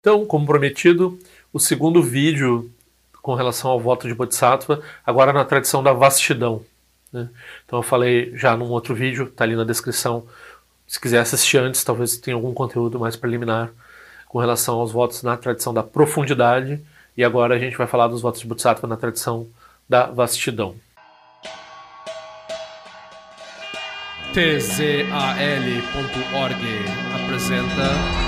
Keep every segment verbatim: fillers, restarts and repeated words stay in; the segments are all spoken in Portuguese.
Então, como prometido, o segundo vídeo com relação ao voto de Bodhisattva, agora na tradição da vastidão. Né? Então eu falei já num outro vídeo, está ali na descrição, se quiser assistir antes, talvez tenha algum conteúdo mais preliminar com relação aos votos na tradição da profundidade, e agora a gente vai falar dos votos de Bodhisattva na tradição da vastidão. T Z A L ponto org apresenta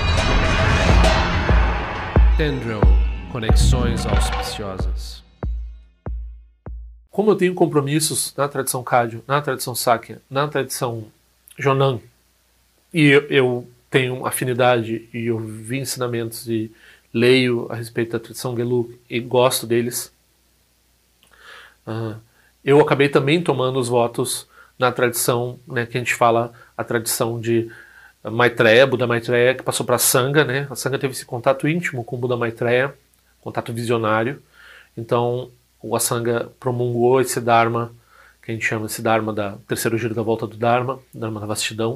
Tendril, Conexões Auspiciosas. Como eu tenho compromissos na tradição Kagyu, na tradição Sakya, na tradição Jonan, e eu, eu tenho afinidade e eu vi ensinamentos e leio a respeito da tradição Gelug e gosto deles, uh, eu acabei também tomando os votos na tradição, né, que a gente fala, a tradição de Maitreya, Buda Maitreya, que passou para a Sangha, né? A Sangha teve esse contato íntimo com o Buda Maitreya, contato visionário. Então, o Sangha promulgou esse Dharma, que a gente chama esse Dharma da terceiro giro da volta do Dharma, Dharma da vastidão.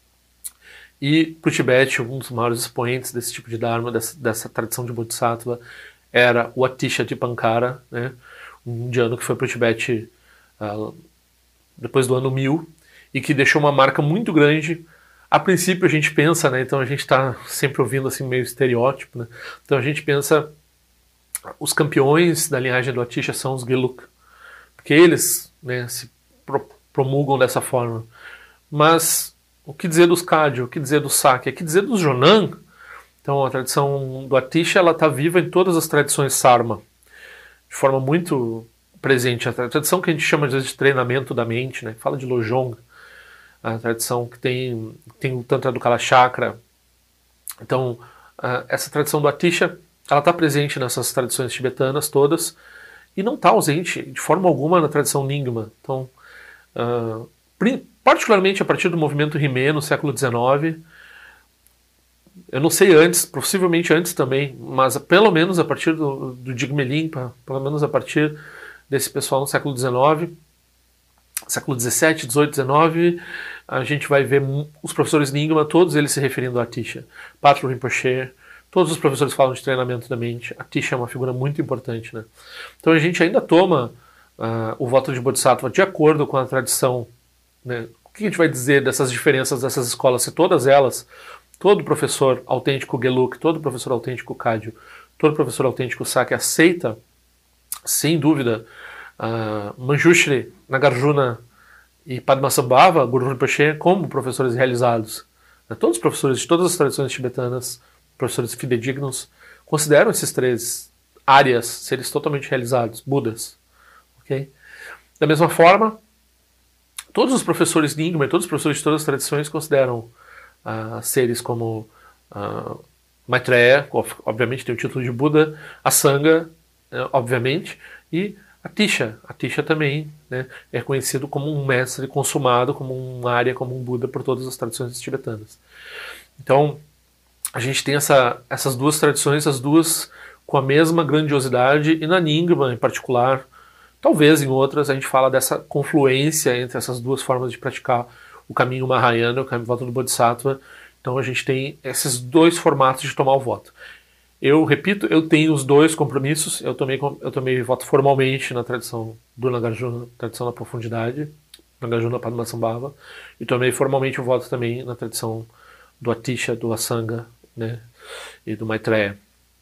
E para o Tibete, um dos maiores expoentes desse tipo de Dharma, dessa, dessa tradição de Bodhisattva, era o Atisha Dipankara, né? Um indiano que foi para o Tibete uh, depois do ano mil, e que deixou uma marca muito grande. A princípio a gente pensa, né, então a gente está sempre ouvindo assim meio estereótipo, né, então a gente pensa, os campeões da linhagem do Atisha são os Gelug, porque eles, né, se pro promulgam dessa forma. Mas o que dizer dos Kagyu, o que dizer do Sakya, o que dizer dos Jonan? Então a tradição do Atisha está viva em todas as tradições Sarma, de forma muito presente. A tradição que a gente chama às vezes de treinamento da mente, né, fala de Lojong, a tradição que tem, tem o Tantra do Kalachakra. Então, uh, essa tradição do Atisha, ela está presente nessas tradições tibetanas todas, e não está ausente de forma alguma na tradição Nyingma. Então, uh, particularmente a partir do movimento Rimé, no século dezenove, eu não sei antes, possivelmente antes também, mas pelo menos a partir do, do Jigme Limpa, pelo menos a partir desse pessoal no século dezenove, século dezessete, dezoito, dezenove, a gente vai ver os professores Nyingma, todos eles se referindo a Atisha. Patrul Rinpoche, todos os professores falam de treinamento da mente. Atisha é uma figura muito importante, né? Então a gente ainda toma uh, o voto de Bodhisattva de acordo com a tradição, né? O que a gente vai dizer dessas diferenças dessas escolas? Se todas elas, todo professor autêntico Gelug, todo professor autêntico Kagyu, todo professor autêntico Sakya aceita, sem dúvida, Uh, Manjushri, Nagarjuna e Padmasambhava, Guru Rinpoche, como professores realizados. Né? Todos os professores de todas as tradições tibetanas, professores fidedignos, consideram esses três áreas seres totalmente realizados, Budas. Okay? Da mesma forma, todos os professores Nyingma e todos os professores de todas as tradições consideram uh, seres como uh, Maitreya, obviamente tem o título de Buda, a Sangha, uh, obviamente, e Atisha, Atisha também, né, é conhecido como um mestre consumado, como um Arya, como um Buda por todas as tradições tibetanas. Então, a gente tem essa, essas duas tradições, as duas com a mesma grandiosidade, e na Nyingma em particular, talvez em outras, a gente fala dessa confluência entre essas duas formas de praticar o caminho Mahayana, o caminho voto do Bodhisattva. Então a gente tem esses dois formatos de tomar o voto. Eu repito, eu tenho os dois compromissos. Eu tomei, eu tomei voto formalmente na tradição do Nagarjuna, tradição da profundidade, Nagarjuna Padmasambhava, e tomei formalmente o voto também na tradição do Atisha, do Asanga, né, e do Maitreya.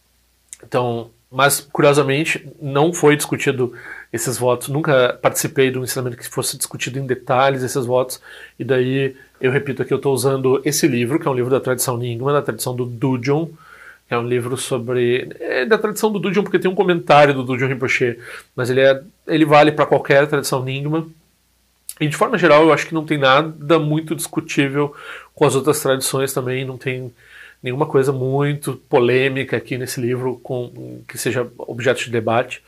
Então, mas curiosamente não foi discutido esses votos. Nunca participei de um ensinamento que fosse discutido em detalhes esses votos. E daí eu repito aqui, eu estou usando esse livro, que é um livro da tradição Nyingma, da tradição do Dudjom. É um livro sobre... É da tradição do Dudjom, porque tem um comentário do Dudjom Rinpoche, mas ele, é, ele vale para qualquer tradição Nyingma. E de forma geral, eu acho que não tem nada muito discutível com as outras tradições também, não tem nenhuma coisa muito polêmica aqui nesse livro com, que seja objeto de debate.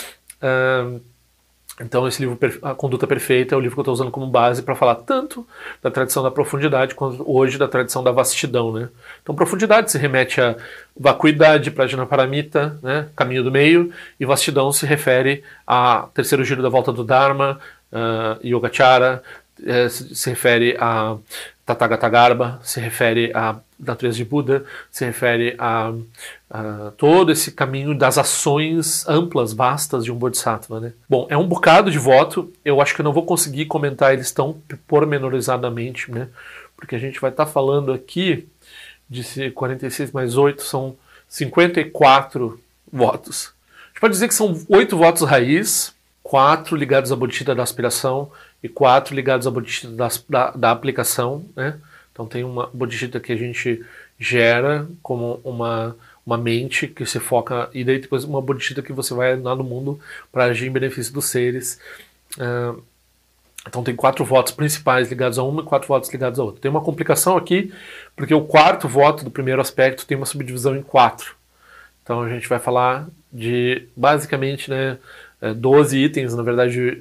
Uh, Então esse livro, A Conduta Perfeita, é o livro que eu estou usando como base para falar tanto da tradição da profundidade quanto hoje da tradição da vastidão, né? Então profundidade se remete a vacuidade, prajnaparamita, né, caminho do meio, e vastidão se refere a terceiro giro da volta do Dharma, uh, Yogacara, uh, se, se refere a Tathagata Garbha, se refere a natureza de Buda, se refere a uh, todo esse caminho das ações amplas, vastas de um Bodhisattva, né? Bom, é um bocado de voto, eu acho que eu não vou conseguir comentar eles tão pormenorizadamente, né? Porque a gente vai estar tá falando aqui de quarenta e seis mais oito, são cinquenta e quatro votos. A gente pode dizer que são oito votos raiz, quatro ligados à bodhicitta da aspiração e quatro ligados à bodhicitta da, da, da aplicação, né? Então tem uma bodhicitta que a gente gera como uma, uma mente que se foca, e daí depois uma bodhicitta que você vai lá no mundo para agir em benefício dos seres. Uh, então tem quatro votos principais ligados a uma e quatro votos ligados a outra. Tem uma complicação aqui, porque o quarto voto do primeiro aspecto tem uma subdivisão em quatro. Então a gente vai falar de, basicamente, né, doze itens, na verdade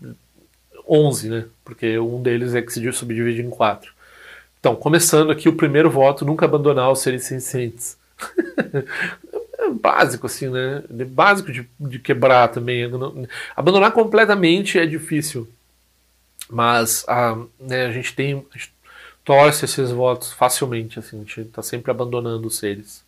onze, né, porque um deles é que se subdivide em quatro. Então, começando aqui o primeiro voto, nunca abandonar os seres sencientes. É básico, assim, né? É básico de, de quebrar também. Abandonar completamente é difícil. Mas a, né, a gente tem. A gente torce esses votos facilmente, assim, a gente está sempre abandonando os seres.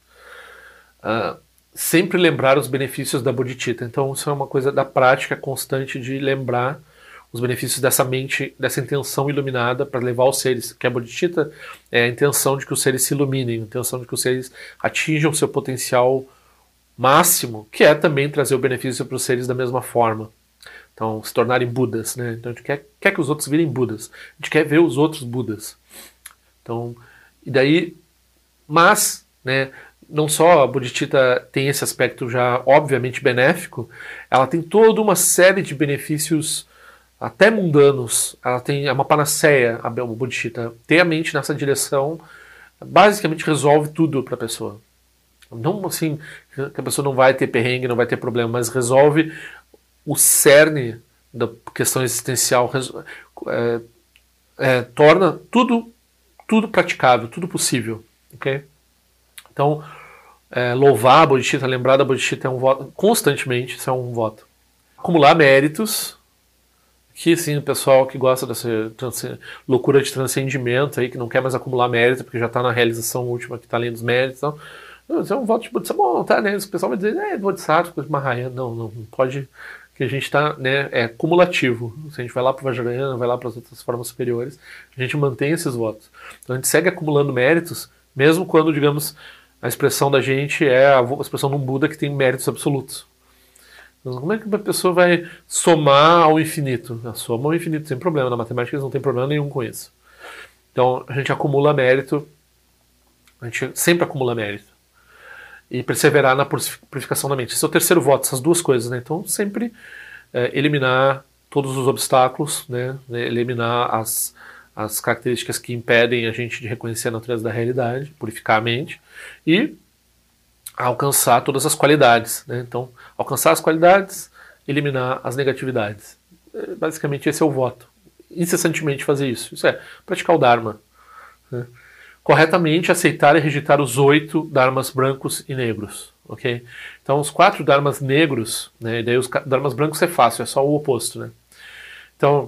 Uh, sempre lembrar os benefícios da bodhicitta. Então, isso é uma coisa da prática constante de lembrar os benefícios dessa mente, dessa intenção iluminada para levar os seres, que a bodhicitta é a intenção de que os seres se iluminem, a intenção de que os seres atinjam o seu potencial máximo, que é também trazer o benefício para os seres da mesma forma. Então, se tornarem Budas, né? Então a gente quer, quer que os outros virem Budas, a gente quer ver os outros Budas. Então, e daí, mas, né, não só a bodhicitta tem esse aspecto já obviamente benéfico, ela tem toda uma série de benefícios até mundanos. Ela tem é uma panaceia, a bodhicitta. Ter a mente nessa direção basicamente resolve tudo para a pessoa. Não assim que a pessoa não vai ter perrengue, não vai ter problema, mas resolve o cerne da questão existencial, é, é, torna tudo, tudo praticável, tudo possível. Okay? Então, é, louvar a bodhicitta, lembrar da bodhicitta é um voto, constantemente, isso é um voto. Acumular méritos, que sim, o pessoal que gosta dessa loucura de transcendimento aí, que não quer mais acumular mérito, porque já está na realização última, que está além dos méritos, então, não, isso é um voto de bodhisattva, bom, tá, né, o pessoal vai dizer, é, bodhisattva, coisa de Mahayana, não, não, não pode, que a gente está, né, é cumulativo, se a gente vai lá para o Vajrayana, vai lá para as outras formas superiores, a gente mantém esses votos, então a gente segue acumulando méritos, mesmo quando, digamos, a expressão da gente é a expressão de um Buda que tem méritos absolutos. Como é que uma pessoa vai somar ao infinito? A soma ao infinito sem problema. Na matemática eles não tem problema nenhum com isso. Então a gente acumula mérito, a gente sempre acumula mérito. E perseverar na purificação da mente. Esse é o terceiro voto, essas duas coisas, né? Então sempre é, eliminar todos os obstáculos, né? Eliminar as, as características que impedem a gente de reconhecer a natureza da realidade, purificar a mente. E alcançar todas as qualidades, né? Então, alcançar as qualidades, eliminar as negatividades. Basicamente, esse é o voto. Incessantemente fazer isso. Isso é praticar o Dharma. Né? Corretamente aceitar e rejeitar os oito Dharmas brancos e negros. Okay? Então, os quatro Dharmas negros, né? E daí os Dharmas brancos é fácil, é só o oposto. Né? Então,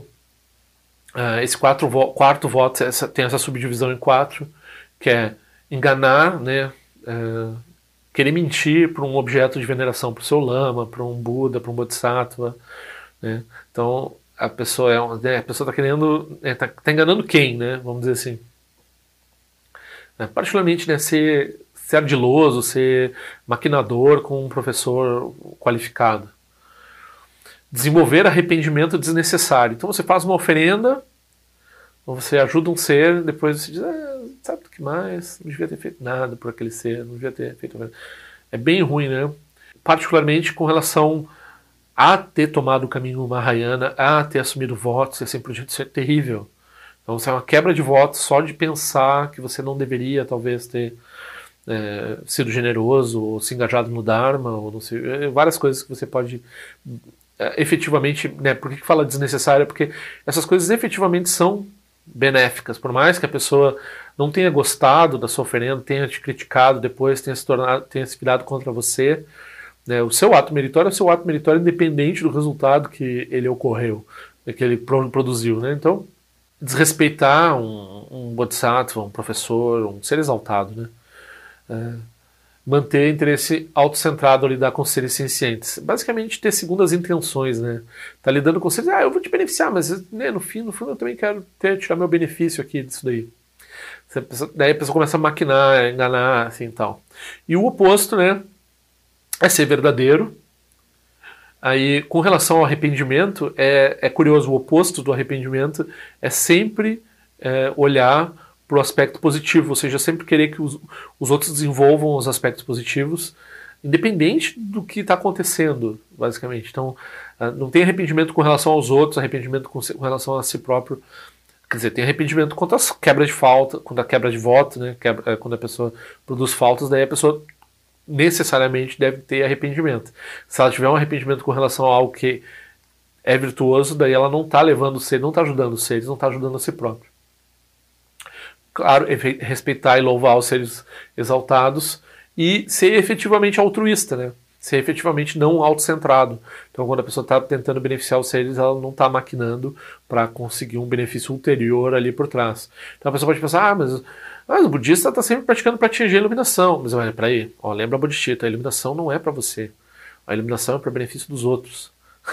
uh, esse quatro vo quarto voto essa, tem essa subdivisão em quatro, que é enganar, né? Uh, querer mentir para um objeto de veneração, para o seu lama, para um Buda, para um Bodhisattva. Né? Então, a pessoa é, né, a pessoa está querendo, está é, tá, tá enganando quem, né? Vamos dizer assim. É, particularmente, né, ser, ser ardiloso, ser maquinador com um professor qualificado. Desenvolver arrependimento desnecessário. Então, você faz uma oferenda, ou você ajuda um ser, depois você diz, ah, sabe o que mais? Não devia ter feito nada por aquele ser, não devia ter feito nada. É bem ruim, né? Particularmente com relação a ter tomado o caminho Mahayana, a ter assumido votos, e assim por diante, isso é terrível. Então, isso é uma quebra de votos só de pensar que você não deveria, talvez, ter é, sido generoso, ou se engajado no Dharma, ou não sei, várias coisas que você pode é, efetivamente, né? Por que fala desnecessária? Porque essas coisas efetivamente são benéficas, por mais que a pessoa não tenha gostado da sua oferenda, tenha te criticado depois, tenha se tornado, tenha se virado contra você, né, o seu ato meritório é o seu ato meritório independente do resultado que ele ocorreu, que ele produziu, né? Então, desrespeitar um, um bodhisattva, um professor, um ser exaltado, né? É, manter interesse autocentrado, lidar com seres sencientes. Basicamente ter segundas intenções, né? Tá lidando com seres, ah, eu vou te beneficiar, mas né, no fim, no fundo eu também quero ter, tirar meu benefício aqui disso daí. Daí a pessoa começa a maquinar, a enganar, assim, tal. E o oposto, né, é ser verdadeiro. Aí, com relação ao arrependimento, é, é curioso, o oposto do arrependimento é sempre é, olhar para o aspecto positivo, ou seja, sempre querer que os, os outros desenvolvam os aspectos positivos, independente do que está acontecendo, basicamente. Então, não tem arrependimento com relação aos outros, arrependimento com, com relação a si próprio. Quer dizer, tem arrependimento quanto às quebras de falta, quando a quebra de voto, né, quebra, quando a pessoa produz faltas, daí a pessoa necessariamente deve ter arrependimento. Se ela tiver um arrependimento com relação a algo que é virtuoso, daí ela não está levando o ser, não está ajudando os seres, não está ajudando a si próprio. Claro, respeitar e louvar os seres exaltados e ser efetivamente altruísta, né? Ser efetivamente não autocentrado. Então, quando a pessoa está tentando beneficiar os seres, ela não está maquinando para conseguir um benefício ulterior ali por trás. Então, a pessoa pode pensar, ah, mas, mas o budista está sempre praticando para atingir a iluminação. Mas olha, peraí, ó, lembra a Bodhicitta, a iluminação não é para você. A iluminação é para benefício dos outros.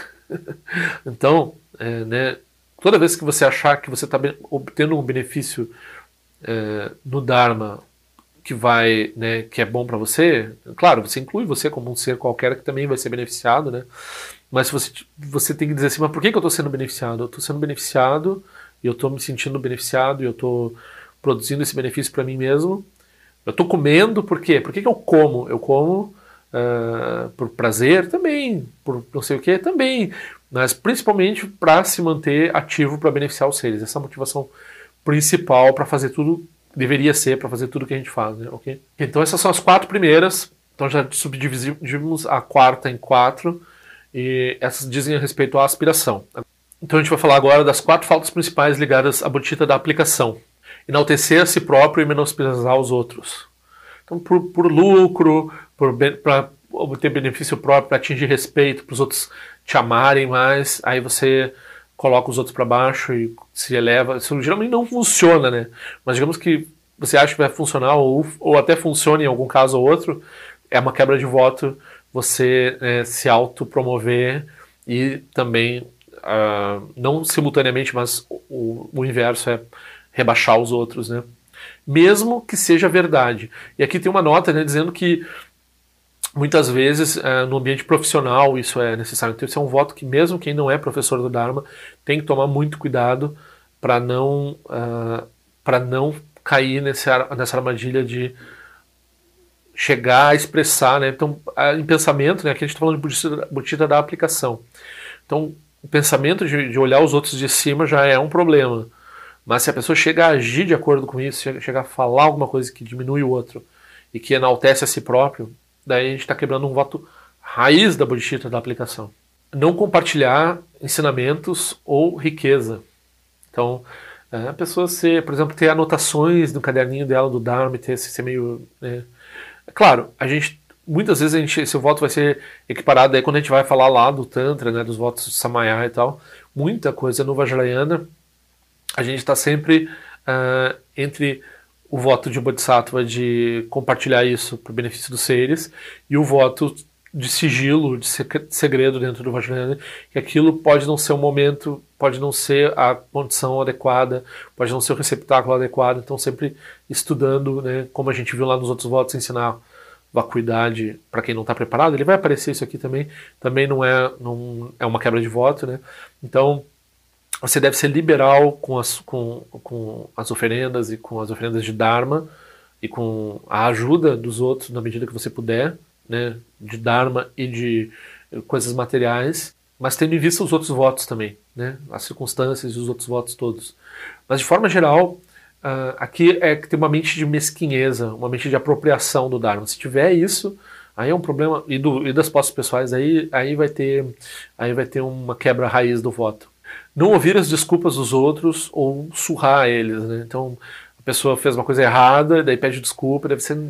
Então, é, né, toda vez que você achar que você está obtendo um benefício É, no Dharma que vai, né, que é bom para você, claro, você inclui você como um ser qualquer que também vai ser beneficiado, né? Mas você, você tem que dizer assim, mas por que, que eu estou sendo beneficiado? Eu estou sendo beneficiado e eu estou me sentindo beneficiado e eu estou produzindo esse benefício para mim mesmo. Eu estou comendo, por quê? Por que, que eu como? Eu como uh, por prazer também, por não sei o que também, mas principalmente para se manter ativo para beneficiar os seres. Essa é a motivação principal para fazer tudo, deveria ser para fazer tudo que a gente faz, né? Okay? Então essas são as quatro primeiras, então já subdividimos a quarta em quatro, e essas dizem a respeito à aspiração. Então a gente vai falar agora das quatro faltas principais ligadas à bodhicitta da aplicação. Enaltecer a si próprio e menosprezar os outros. Então por, por lucro, para obter benefício próprio, para atingir respeito, para os outros te amarem mais, aí você coloca os outros para baixo e se eleva. Isso geralmente não funciona, né? Mas digamos que você acha que vai funcionar ou, ou até funciona em algum caso ou outro, é uma quebra de voto você é, se autopromover e também, uh, não simultaneamente, mas o, o inverso é rebaixar os outros, né? Mesmo que seja verdade. E aqui tem uma nota, né, dizendo que muitas vezes, uh, no ambiente profissional, isso é necessário. Então, isso é um voto que, mesmo quem não é professor do Dharma, tem que tomar muito cuidado para não, uh, para não cair nesse, nessa armadilha de chegar a expressar, né? Então, uh, em pensamento, né, aqui a gente está falando de bodhicitta da aplicação. Então, o pensamento de, de olhar os outros de cima já é um problema. Mas se a pessoa chega a agir de acordo com isso, chega, chega a falar alguma coisa que diminui o outro e que enaltece a si próprio, daí a gente está quebrando um voto raiz da bodhicitta da aplicação. Não compartilhar ensinamentos ou riqueza. Então, a pessoa ser, por exemplo, ter anotações no caderninho dela do Dharma, ter ser meio... Né? Claro, a gente, muitas vezes a gente, esse voto vai ser equiparado aí quando a gente vai falar lá do Tantra, né, dos votos de Samaya e tal. Muita coisa no Vajrayana, a gente está sempre uh, entre o voto de Bodhisattva de compartilhar isso para o benefício dos seres e o voto de sigilo, de segredo dentro do Vajrayana, que aquilo pode não ser o momento, pode não ser a condição adequada, pode não ser o receptáculo adequado, então sempre estudando, né, como a gente viu lá nos outros votos, ensinar vacuidade para quem não está preparado, ele vai aparecer isso aqui também, também não é, não é uma quebra de voto, né, então você deve ser liberal com as, com, com as oferendas e com as oferendas de Dharma e com a ajuda dos outros na medida que você puder, né, de Dharma e de coisas materiais, mas tendo em vista os outros votos também, né, as circunstâncias e os outros votos todos. Mas de forma geral, uh, aqui é que tem uma mente de mesquinheza, uma mente de apropriação do Dharma. Se tiver isso, aí é um problema, e, do, e das posses pessoais, aí, aí, vai ter, aí vai ter uma quebra raiz do voto. Não ouvir as desculpas dos outros ou surrar eles, né? Então, a pessoa fez uma coisa errada, daí pede desculpa, deve ser... Não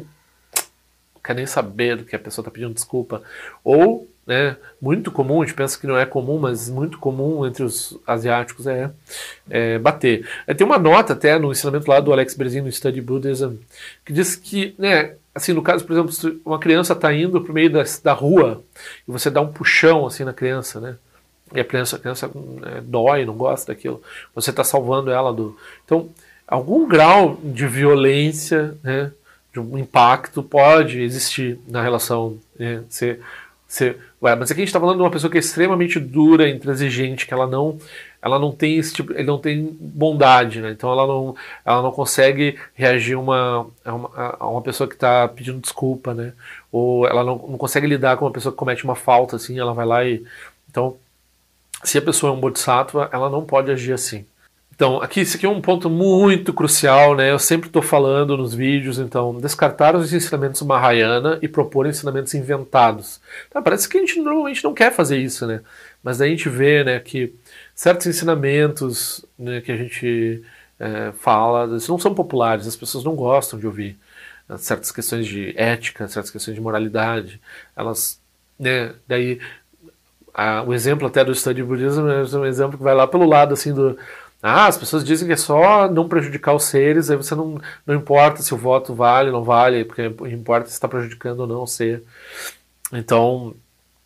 quer nem saber do que a pessoa está pedindo desculpa. Ou, né, muito comum, a gente pensa que não é comum, mas muito comum entre os asiáticos é, é bater. Tem uma nota até no ensinamento lá do Alex Berzin, no Study Buddhism, que diz que, né, assim, no caso, por exemplo, se uma criança está indo para o meio da, da rua e você dá um puxão assim na criança, né? E a criança, a criança é, dói, não gosta daquilo. Você está salvando ela do... Então, algum grau de violência, né, de um impacto pode existir na relação. Né? Você, você, ué, mas aqui a gente está falando de uma pessoa que é extremamente dura, intransigente, que ela não, ela não tem esse tipo, ele não tem bondade, né? Então ela não, ela não consegue reagir uma, a, uma, a uma pessoa que está pedindo desculpa, né? Ou ela não, não consegue lidar com uma pessoa que comete uma falta, assim, ela vai lá e... Então, se a pessoa é um bodhisattva, ela não pode agir assim. Então, aqui, isso aqui é um ponto muito crucial, né? Eu sempre estou falando nos vídeos, então, descartar os ensinamentos Mahayana e propor ensinamentos inventados. Tá, parece que a gente normalmente não quer fazer isso, né? Mas daí a gente vê, né, que certos ensinamentos, né, que a gente é, fala, eles não são populares, as pessoas não gostam de ouvir. Certas questões de ética, certas questões de moralidade, elas, né, daí... Ah, o exemplo até do Study Buddhism é um exemplo que vai lá pelo lado assim do... Ah, as pessoas dizem que é só não prejudicar os seres, aí você não, não importa se o voto vale ou não vale, porque importa se está prejudicando ou não o ser. Então,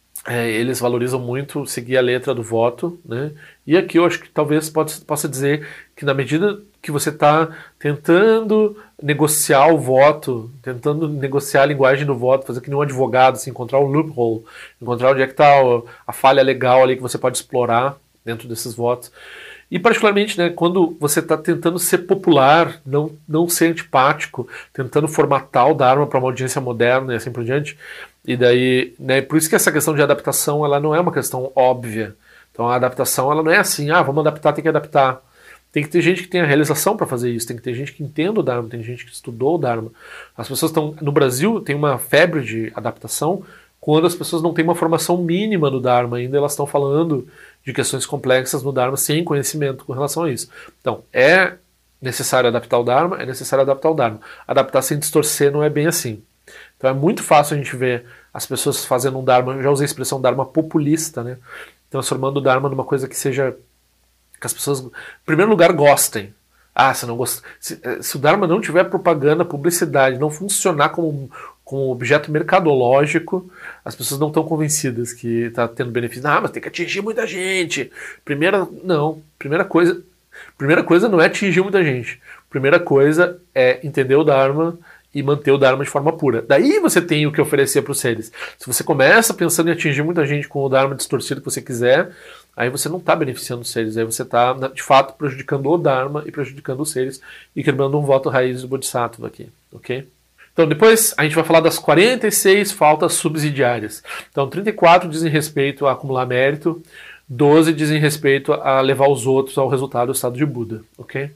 é, eles valorizam muito seguir a letra do voto, né? E aqui eu acho que talvez pode, possa dizer que na medida que você está tentando negociar o voto, tentando negociar a linguagem do voto, fazer que nem um advogado, assim, encontrar o loophole, encontrar onde é que está a falha legal ali que você pode explorar dentro desses votos. E particularmente, né, quando você está tentando ser popular, não, não ser antipático, tentando formatar o Dharma para uma audiência moderna e assim por diante. E daí, né, por isso que essa questão de adaptação, ela não é uma questão óbvia. Então a adaptação, ela não é assim, ah, vamos adaptar, tem que adaptar. Tem que ter gente que tenha realização para fazer isso, tem que ter gente que entenda o Dharma, tem gente que estudou o Dharma. As pessoas estão... No Brasil tem uma febre de adaptação quando as pessoas não têm uma formação mínima do Dharma ainda, elas estão falando de questões complexas no Dharma sem conhecimento com relação a isso. Então, é necessário adaptar o Dharma, é necessário adaptar o Dharma. Adaptar sem distorcer não é bem assim. Então é muito fácil a gente ver as pessoas fazendo um Dharma, eu já usei a expressão Dharma populista, né? Transformando o Dharma numa coisa que seja... que as pessoas, em primeiro lugar, gostem. Ah, se não gosta, se, se o Dharma não tiver propaganda, publicidade, não funcionar como, como objeto mercadológico, as pessoas não estão convencidas que está tendo benefício. Ah, mas tem que atingir muita gente. Primeira, não. Primeira coisa, primeira coisa não é atingir muita gente. Primeira coisa é entender o Dharma e manter o Dharma de forma pura. Daí você tem o que oferecer para os seres. Se você começa pensando em atingir muita gente com o Dharma distorcido que você quiser, aí você não está beneficiando os seres, aí você está, de fato, prejudicando o Dharma e prejudicando os seres e quebrando um voto raiz do Bodhisattva aqui, ok? Então depois a gente vai falar das quarenta e seis faltas subsidiárias. Então trinta e quatro dizem respeito a acumular mérito, doze dizem respeito a levar os outros ao resultado do estado de Buda, ok?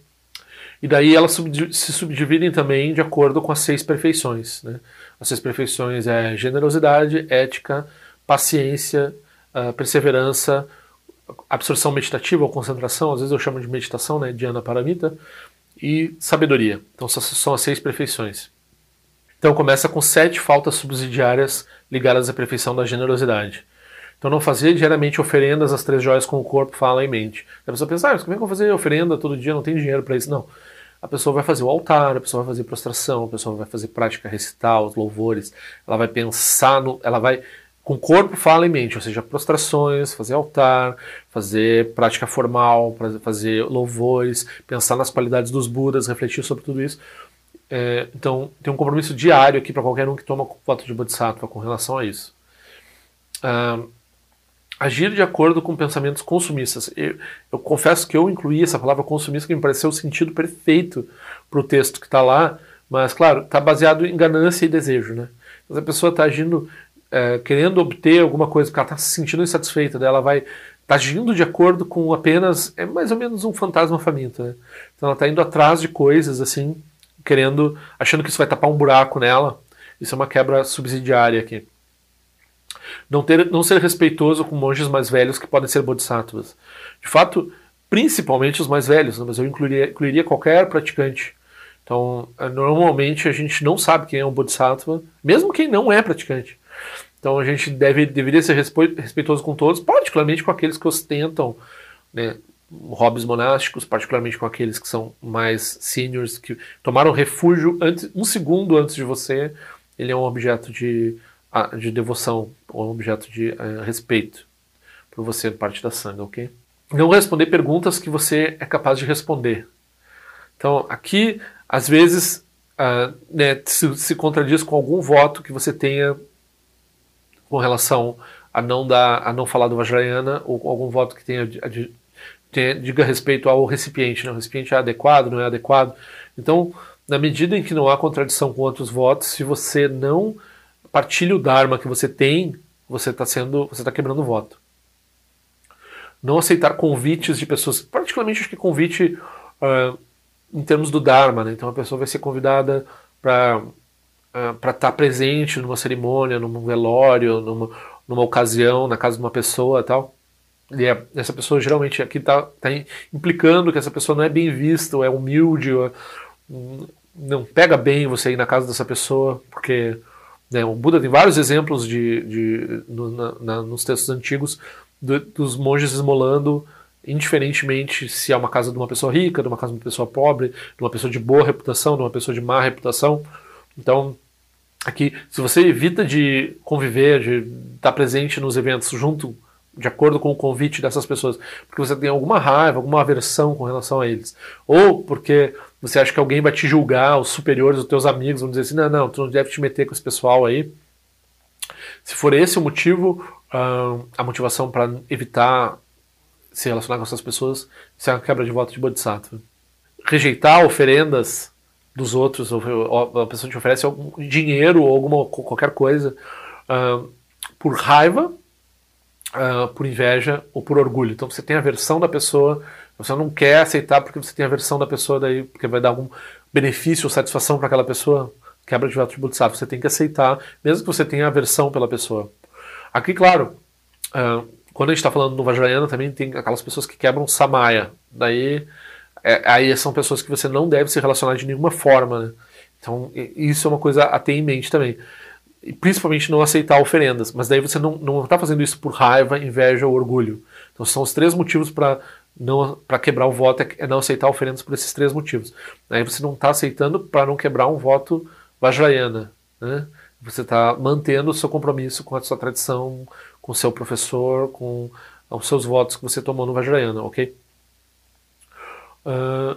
E daí elas se subdividem também de acordo com as seis perfeições, né? As seis perfeições é generosidade, ética, paciência, uh, perseverança, absorção meditativa ou concentração, às vezes eu chamo de meditação, né, dhyana paramita, e sabedoria. Então são as seis perfeições. Então começa com sete faltas subsidiárias ligadas à perfeição da generosidade. Então não fazer diariamente oferendas às três joias com o corpo, fala e mente. A pessoa pensa, ah, mas como é que eu vou fazer oferenda todo dia, não tem dinheiro para isso? Não. A pessoa vai fazer o altar, a pessoa vai fazer prostração, a pessoa vai fazer prática recital, os louvores, ela vai pensar, no, ela vai com corpo, fala e mente, ou seja, prostrações, fazer altar, fazer prática formal, fazer louvores, pensar nas qualidades dos Budas, refletir sobre tudo isso. É, então tem um compromisso diário aqui para qualquer um que toma voto de Bodhisattva com relação a isso. Ah, agir de acordo com pensamentos consumistas. Eu, eu confesso que eu incluí essa palavra consumista, que me pareceu o sentido perfeito para o texto que está lá, mas, claro, está baseado em ganância e desejo, né? Então, a pessoa está agindo, é, querendo obter alguma coisa, porque ela está se sentindo insatisfeita, daí ela vai está agindo de acordo com apenas, é mais ou menos um fantasma faminto, né? Então ela está indo atrás de coisas, assim, querendo, achando que isso vai tapar um buraco nela. Isso é uma quebra subsidiária aqui. Não, ter, não ser respeitoso com monges mais velhos que podem ser bodhisattvas. De fato, principalmente os mais velhos, né? Mas eu incluiria, incluiria qualquer praticante. Então, normalmente a gente não sabe quem é um bodhisattva, mesmo quem não é praticante. Então a gente deve, deveria ser respeitoso com todos, particularmente com aqueles que ostentam, né, hobbies monásticos, particularmente com aqueles que são mais seniors, que tomaram refúgio antes, um segundo antes de você, ele é um objeto de, de devoção, ou um objeto de uh, respeito por você, parte da Sangha, ok? Não responder perguntas que você é capaz de responder. Então, aqui, às vezes, uh, né, se, se contradiz com algum voto que você tenha com relação a não, dar, a não falar do Vajrayana, ou algum voto que tenha, tenha diga respeito ao recipiente. Né? O recipiente é adequado, não é adequado. Então, na medida em que não há contradição com outros votos, se você não partilha o Dharma que você tem, você está sendo, você está quebrando o voto. Não aceitar convites de pessoas, particularmente acho que convite uh, em termos do Dharma, né? Então a pessoa vai ser convidada para uh, para estar presente numa cerimônia, num velório, numa, numa ocasião, na casa de uma pessoa e tal. E é, essa pessoa geralmente aqui está tá implicando que essa pessoa não é bem vista, ou é humilde, ou, um, não pega bem você ir na casa dessa pessoa, porque né, o Buda tem vários exemplos de, de, no, na, na, nos textos antigos do, dos monges esmolando indiferentemente se é uma casa de uma pessoa rica, de uma casa de uma pessoa pobre, de uma pessoa de boa reputação, de uma pessoa de má reputação. Então, aqui, se você evita de conviver, de estar presente nos eventos junto, de acordo com o convite dessas pessoas, porque você tem alguma raiva, alguma aversão com relação a eles, ou porque você acha que alguém vai te julgar, os superiores, os teus amigos vão dizer assim, não, não, tu não deve te meter com esse pessoal aí. Se for esse o motivo, uh, a motivação para evitar se relacionar com essas pessoas, isso é uma quebra de voto de Bodhisattva. Rejeitar oferendas dos outros, ou a pessoa te oferece algum dinheiro ou alguma, qualquer coisa, uh, por raiva, uh, por inveja ou por orgulho. Então você tem a aversão da pessoa, você não quer aceitar porque você tem a aversão da pessoa, daí, porque vai dar algum benefício ou satisfação para aquela pessoa, quebra de voto de Bodhisattva. Você tem que aceitar, mesmo que você tenha aversão pela pessoa. Aqui, claro, uh, quando a gente está falando do Vajrayana, também tem aquelas pessoas que quebram Samaya. Daí, é, aí são pessoas que você não deve se relacionar de nenhuma forma. Né? Então, isso é uma coisa a ter em mente também. E principalmente não aceitar oferendas. Mas daí você não está fazendo isso por raiva, inveja ou orgulho. Então, são os três motivos para para quebrar o voto, é não aceitar oferendas por esses três motivos. Aí você não está aceitando para não quebrar um voto Vajrayana. Né? Você está mantendo o seu compromisso com a sua tradição, com o seu professor, com os seus votos que você tomou no Vajrayana, ok? Uh,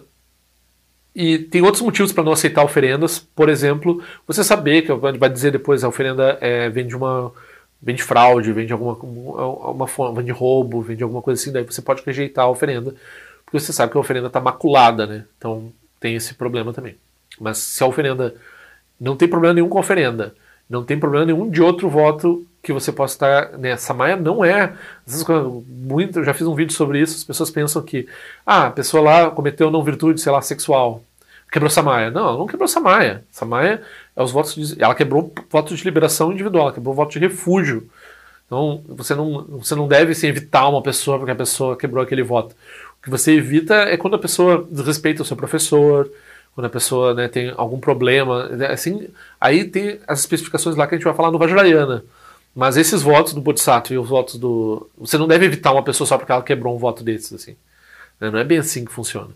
e tem outros motivos para não aceitar oferendas, por exemplo, você saber que vai dizer depois a oferenda é, vem de uma vem de fraude, vem de alguma uma forma, vem de roubo, vem de alguma coisa assim, daí você pode rejeitar a oferenda, porque você sabe que a oferenda está maculada, né? Então tem esse problema também. Mas se a oferenda não tem problema nenhum com a oferenda, não tem problema nenhum de outro voto que você possa estar... Né, Samaya não é... Às vezes, muito, eu já fiz um vídeo sobre isso, as pessoas pensam que ah, a pessoa lá cometeu não virtude, sei lá, sexual. Quebrou Samaya. Não, ela não quebrou Samaya. Samaya é os votos de... Ela quebrou voto de liberação individual, ela quebrou voto de refúgio. Então, você não, você não deve assim, evitar uma pessoa porque a pessoa quebrou aquele voto. O que você evita é quando a pessoa desrespeita o seu professor, quando a pessoa né, tem algum problema, assim, aí tem as especificações lá que a gente vai falar no Vajrayana. Mas esses votos do Bodhisattva e os votos do... Você não deve evitar uma pessoa só porque ela quebrou um voto desses, assim. Não é bem assim que funciona.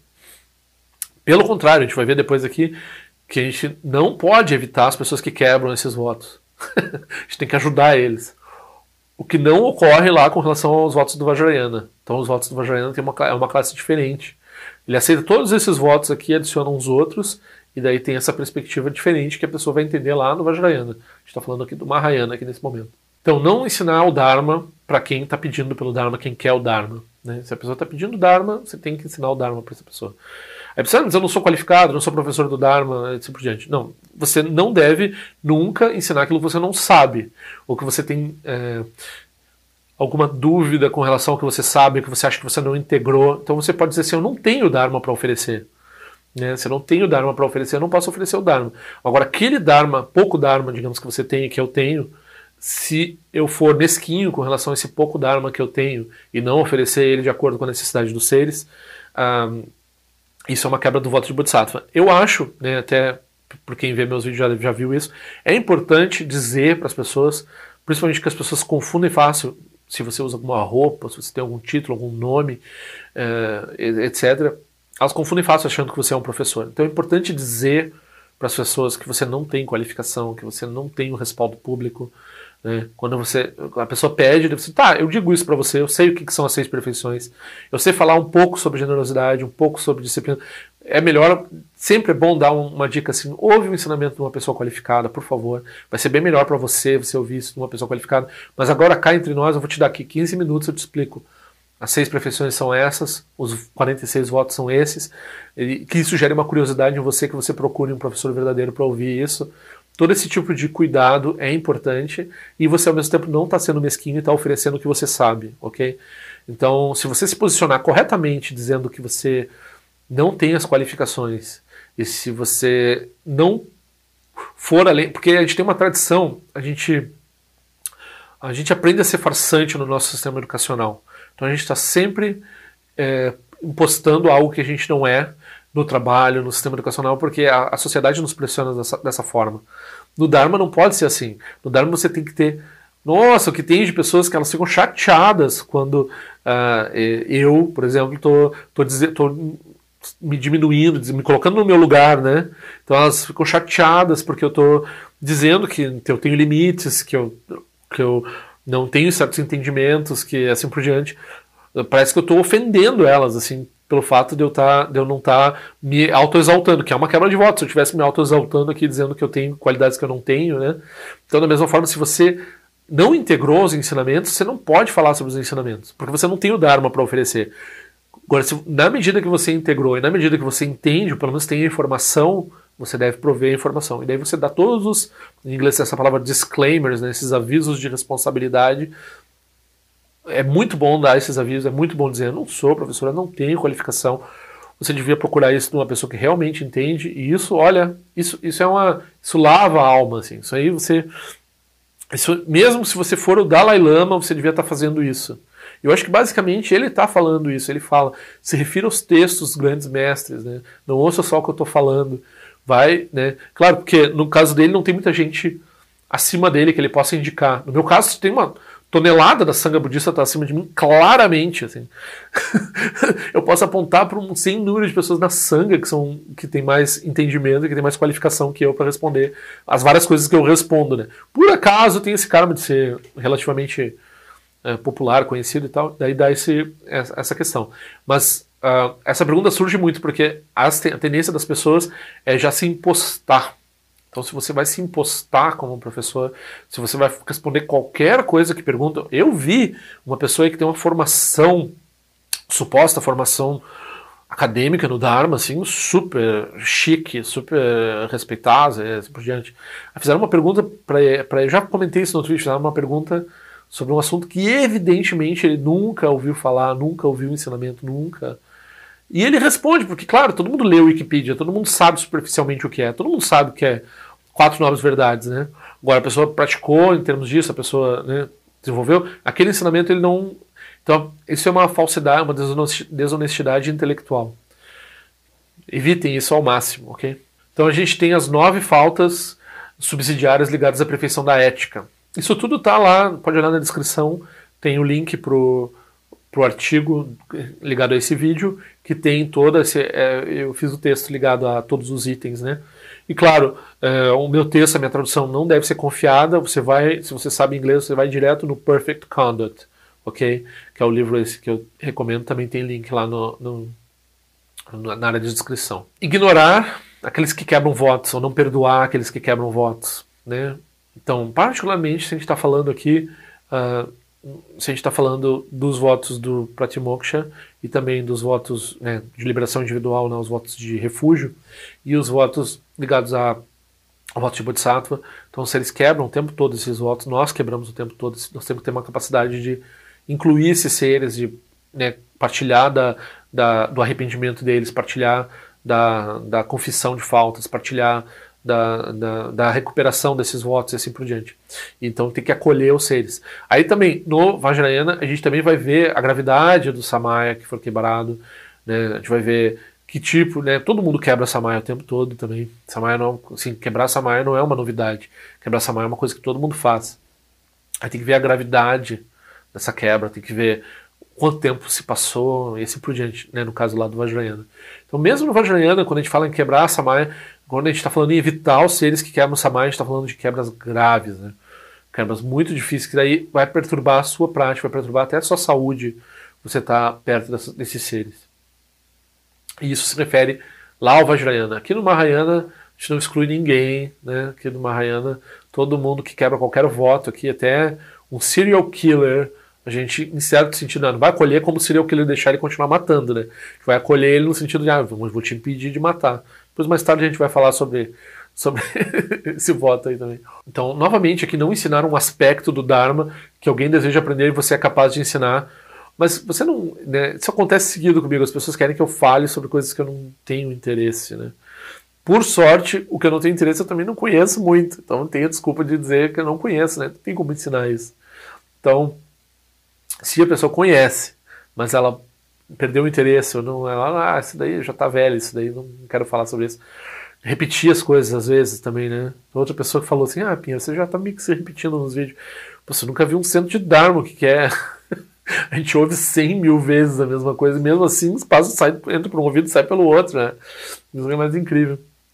Pelo contrário, a gente vai ver depois aqui que a gente não pode evitar as pessoas que quebram esses votos. A gente tem que ajudar eles. O que não ocorre lá com relação aos votos do Vajrayana. Então os votos do Vajrayana tem uma, é uma classe diferente. Ele aceita todos esses votos aqui, adiciona uns outros, e daí tem essa perspectiva diferente que a pessoa vai entender lá no Vajrayana. A gente está falando aqui do Mahayana aqui nesse momento. Então, não ensinar o Dharma para quem está pedindo pelo Dharma, quem quer o Dharma. Né? Se a pessoa está pedindo o Dharma, você tem que ensinar o Dharma para essa pessoa. Aí você diz, eu não sou qualificado, não sou professor do Dharma, e assim por diante. Não, você não deve nunca ensinar aquilo que você não sabe, ou que você tem... É, alguma dúvida com relação ao que você sabe, que você acha que você não integrou. Então você pode dizer assim, eu não tenho Dharma para oferecer. Né? Se eu não tenho Dharma para oferecer, eu não posso oferecer o Dharma. Agora, aquele Dharma, pouco Dharma, digamos, que você tem e que eu tenho, se eu for mesquinho com relação a esse pouco Dharma que eu tenho e não oferecer ele de acordo com a necessidade dos seres, um, isso é uma quebra do voto de Bodhisattva. Eu acho, né, até por quem vê meus vídeos já, já viu isso, é importante dizer para as pessoas, principalmente que as pessoas confundem fácil, se você usa alguma roupa, se você tem algum título, algum nome, uh, etcétera, elas confundem fácil achando que você é um professor. Então é importante dizer para as pessoas que você não tem qualificação, que você não tem o respaldo público, né? Quando você, a pessoa pede, você, tá, eu digo isso para você, eu sei o que, que são as seis perfeições, eu sei falar um pouco sobre generosidade, um pouco sobre disciplina. É melhor, sempre é bom dar uma dica assim, ouve o ensinamento de uma pessoa qualificada, por favor. Vai ser bem melhor para você, você ouvir isso de uma pessoa qualificada. Mas agora cá entre nós, eu vou te dar aqui quinze minutos, eu te explico. As seis perfeições são essas, os quarenta e seis votos são esses, e que isso gere uma curiosidade em você, que você procure um professor verdadeiro para ouvir isso. Todo esse tipo de cuidado é importante e você ao mesmo tempo não está sendo mesquinho e está oferecendo o que você sabe, ok? Então, se você se posicionar corretamente dizendo que você não tem as qualificações e se você não for além, porque a gente tem uma tradição, a gente, a gente aprende a ser farsante no nosso sistema educacional. Então a gente está sempre é, impostando algo que a gente não é no trabalho, no sistema educacional, porque a, a sociedade nos pressiona dessa, dessa forma. No Dharma não pode ser assim. No Dharma você tem que ter... Nossa, o que tem de pessoas que elas ficam chateadas quando uh, eu, por exemplo, estou tô, tô, tô me diminuindo, me colocando no meu lugar, né? Então elas ficam chateadas porque eu estou dizendo que eu tenho limites, que eu... Que eu não tenho certos entendimentos, que assim por diante. Parece que eu estou ofendendo elas, assim, pelo fato de eu, tá, de eu não estar tá me autoexaltando, que é uma quebra de votos. Se eu estivesse me autoexaltando aqui, dizendo que eu tenho qualidades que eu não tenho, né? Então, da mesma forma, se você não integrou os ensinamentos, você não pode falar sobre os ensinamentos, porque você não tem o Dharma para oferecer. Agora, se, na medida que você integrou e na medida que você entende, ou pelo menos tem a informação, você deve prover a informação. E daí você dá todos os, em inglês essa palavra disclaimers, né, esses avisos de responsabilidade. É muito bom dar esses avisos, é muito bom dizer, eu não sou professora, não tenho qualificação. Você devia procurar isso de uma pessoa que realmente entende. E isso, olha, isso, isso é uma, isso lava a alma, assim. Isso aí você, isso, mesmo se você for o Dalai Lama, você devia estar fazendo isso. Eu acho que basicamente ele está falando isso. Ele fala, se refira aos textos dos grandes mestres, né? Não ouça só o que eu estou falando. Vai, né? Claro, porque no caso dele não tem muita gente acima dele que ele possa indicar. No meu caso, tem uma tonelada da Sangha budista está acima de mim, claramente, assim. Eu posso apontar para um sem número de pessoas na Sangha que são que tem mais entendimento, que tem mais qualificação que eu para responder as várias coisas que eu respondo, né? Por acaso tem esse karma de ser relativamente é, popular, conhecido e tal, daí dá esse, essa questão. Mas Uh, essa pergunta surge muito porque a tendência das pessoas é já se impostar. Então, se você vai se impostar como professor, se você vai responder qualquer coisa que perguntam, eu vi uma pessoa aí que tem uma formação, suposta formação acadêmica no Dharma, assim, super chique, super respeitada, e assim por diante. Fizeram uma pergunta para, eu já comentei isso no Twitter, fizeram uma pergunta sobre um assunto que evidentemente ele nunca ouviu falar, nunca ouviu ensinamento, nunca. E ele responde, porque, claro, todo mundo lê o Wikipedia, todo mundo sabe superficialmente o que é, todo mundo sabe o que é quatro nobres verdades, né? Agora, a pessoa praticou em termos disso, a pessoa, né, desenvolveu, aquele ensinamento ele não... Então, isso é uma falsidade, uma desonestidade intelectual. Evitem isso ao máximo, ok? Então, a gente tem as nove faltas subsidiárias ligadas à perfeição da ética. Isso tudo está lá, pode olhar na descrição, tem o link pro... para o artigo ligado a esse vídeo, que tem toda esse, é, eu fiz o texto ligado a todos os itens, né? E claro, é, o meu texto, a minha tradução não deve ser confiada, você vai, se você sabe inglês, você vai direto no Perfect Conduct, ok? Que é o livro esse que eu recomendo, também tem link lá no, no, na área de descrição. Ignorar aqueles que quebram votos, ou não perdoar aqueles que quebram votos, né? Então, particularmente, se a gente está falando aqui... Uh, se a gente está falando dos votos do Pratimoksha e também dos votos, né, de liberação individual, né, os votos de refúgio e os votos ligados a, ao voto de Bodhisattva, então se eles quebram o tempo todo esses votos, nós quebramos o tempo todo, nós temos que ter uma capacidade de incluir esses seres, de, né, partilhar da, da, do arrependimento deles, partilhar da, da confissão de faltas, partilhar Da, da, da recuperação desses votos e assim por diante. Então tem que acolher os seres. Aí também, no Vajrayana, a gente também vai ver a gravidade do Samaya que for quebrado, né? A gente vai ver que tipo, né? Todo mundo quebra Samaya o tempo todo também. Samaya não, assim, quebrar Samaya não é uma novidade. Quebrar Samaya é uma coisa que todo mundo faz. Aí tem que ver a gravidade dessa quebra, tem que ver quanto tempo se passou e assim por diante, né? No caso lá do Vajrayana. Então mesmo no Vajrayana, quando a gente fala em quebrar Samaya, Quando a gente está falando em evitar os seres que quebram o Samaya, a gente está falando de quebras graves, né? Quebras muito difíceis, que daí vai perturbar a sua prática, vai perturbar até a sua saúde, você está perto dessas, desses seres. E isso se refere lá ao Vajrayana. Aqui no Mahayana, a gente não exclui ninguém, né? Aqui no Mahayana, todo mundo que quebra qualquer voto aqui, até um serial killer, a gente, em certo sentido, não vai acolher como serial killer deixar ele continuar matando, né? A gente vai acolher ele no sentido de, ah, vou te impedir de matar. Depois, mais tarde, a gente vai falar sobre, sobre esse voto aí também. Então, novamente, aqui não ensinar um aspecto do Dharma que alguém deseja aprender e você é capaz de ensinar. Mas você não... Né, isso acontece seguido comigo. As pessoas querem que eu fale sobre coisas que eu não tenho interesse, né? Por sorte, o que eu não tenho interesse eu também não conheço muito. Então, não tenho a desculpa de dizer que eu não conheço, né? Não tem como ensinar isso. Então, se a pessoa conhece, mas ela perdeu o interesse, ou não, ela, ah, isso daí já tá velho, isso daí não quero falar sobre isso. Repetir as coisas às vezes também, né? Outra pessoa que falou assim, ah, Pinha, você já tá meio que se repetindo nos vídeos. Pô, você nunca viu um centro de Dharma, o que que é? A gente ouve cem mil vezes a mesma coisa, e mesmo assim o espaço sai, entra por um ouvido e sai pelo outro, né? Isso é mais incrível.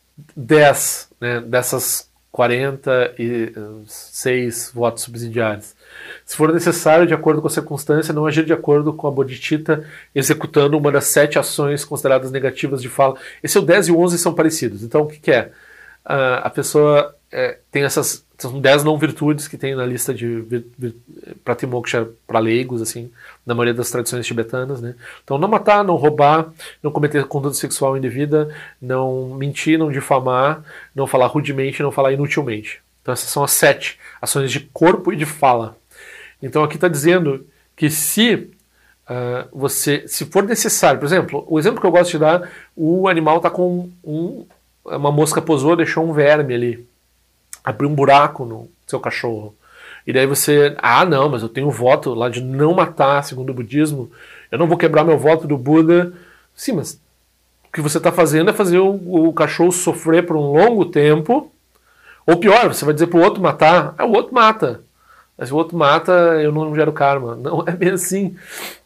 dez, né, dessas quarenta e seis votos subsidiários. Se for necessário, de acordo com a circunstância, não agir de acordo com a bodhicitta, executando uma das sete ações consideradas negativas de fala. Esse é o dez e o onze são parecidos. Então, o que, que é? Uh, a pessoa é, tem essas... São dez não virtudes que tem na lista de vir, vir, pratimoksha para leigos, assim, na maioria das tradições tibetanas, né? Então, não matar, não roubar, não cometer conduta sexual indevida, não mentir, não difamar, não falar rudemente, não falar inutilmente. Então, essas são as sete ações de corpo e de fala. Então, aqui está dizendo que se uh, você, se for necessário, por exemplo, o exemplo que eu gosto de dar, o animal está com um, uma mosca posou, deixou um verme ali, abriu um buraco no seu cachorro. E daí você, ah, não, mas eu tenho um voto lá de não matar, segundo o budismo, eu não vou quebrar meu voto do Buda. Sim, mas o que você está fazendo é fazer o, o cachorro sofrer por um longo tempo, ou pior, você vai dizer para o outro matar, ah, o outro mata. Mas se o outro mata, eu não gero karma. Não é bem assim.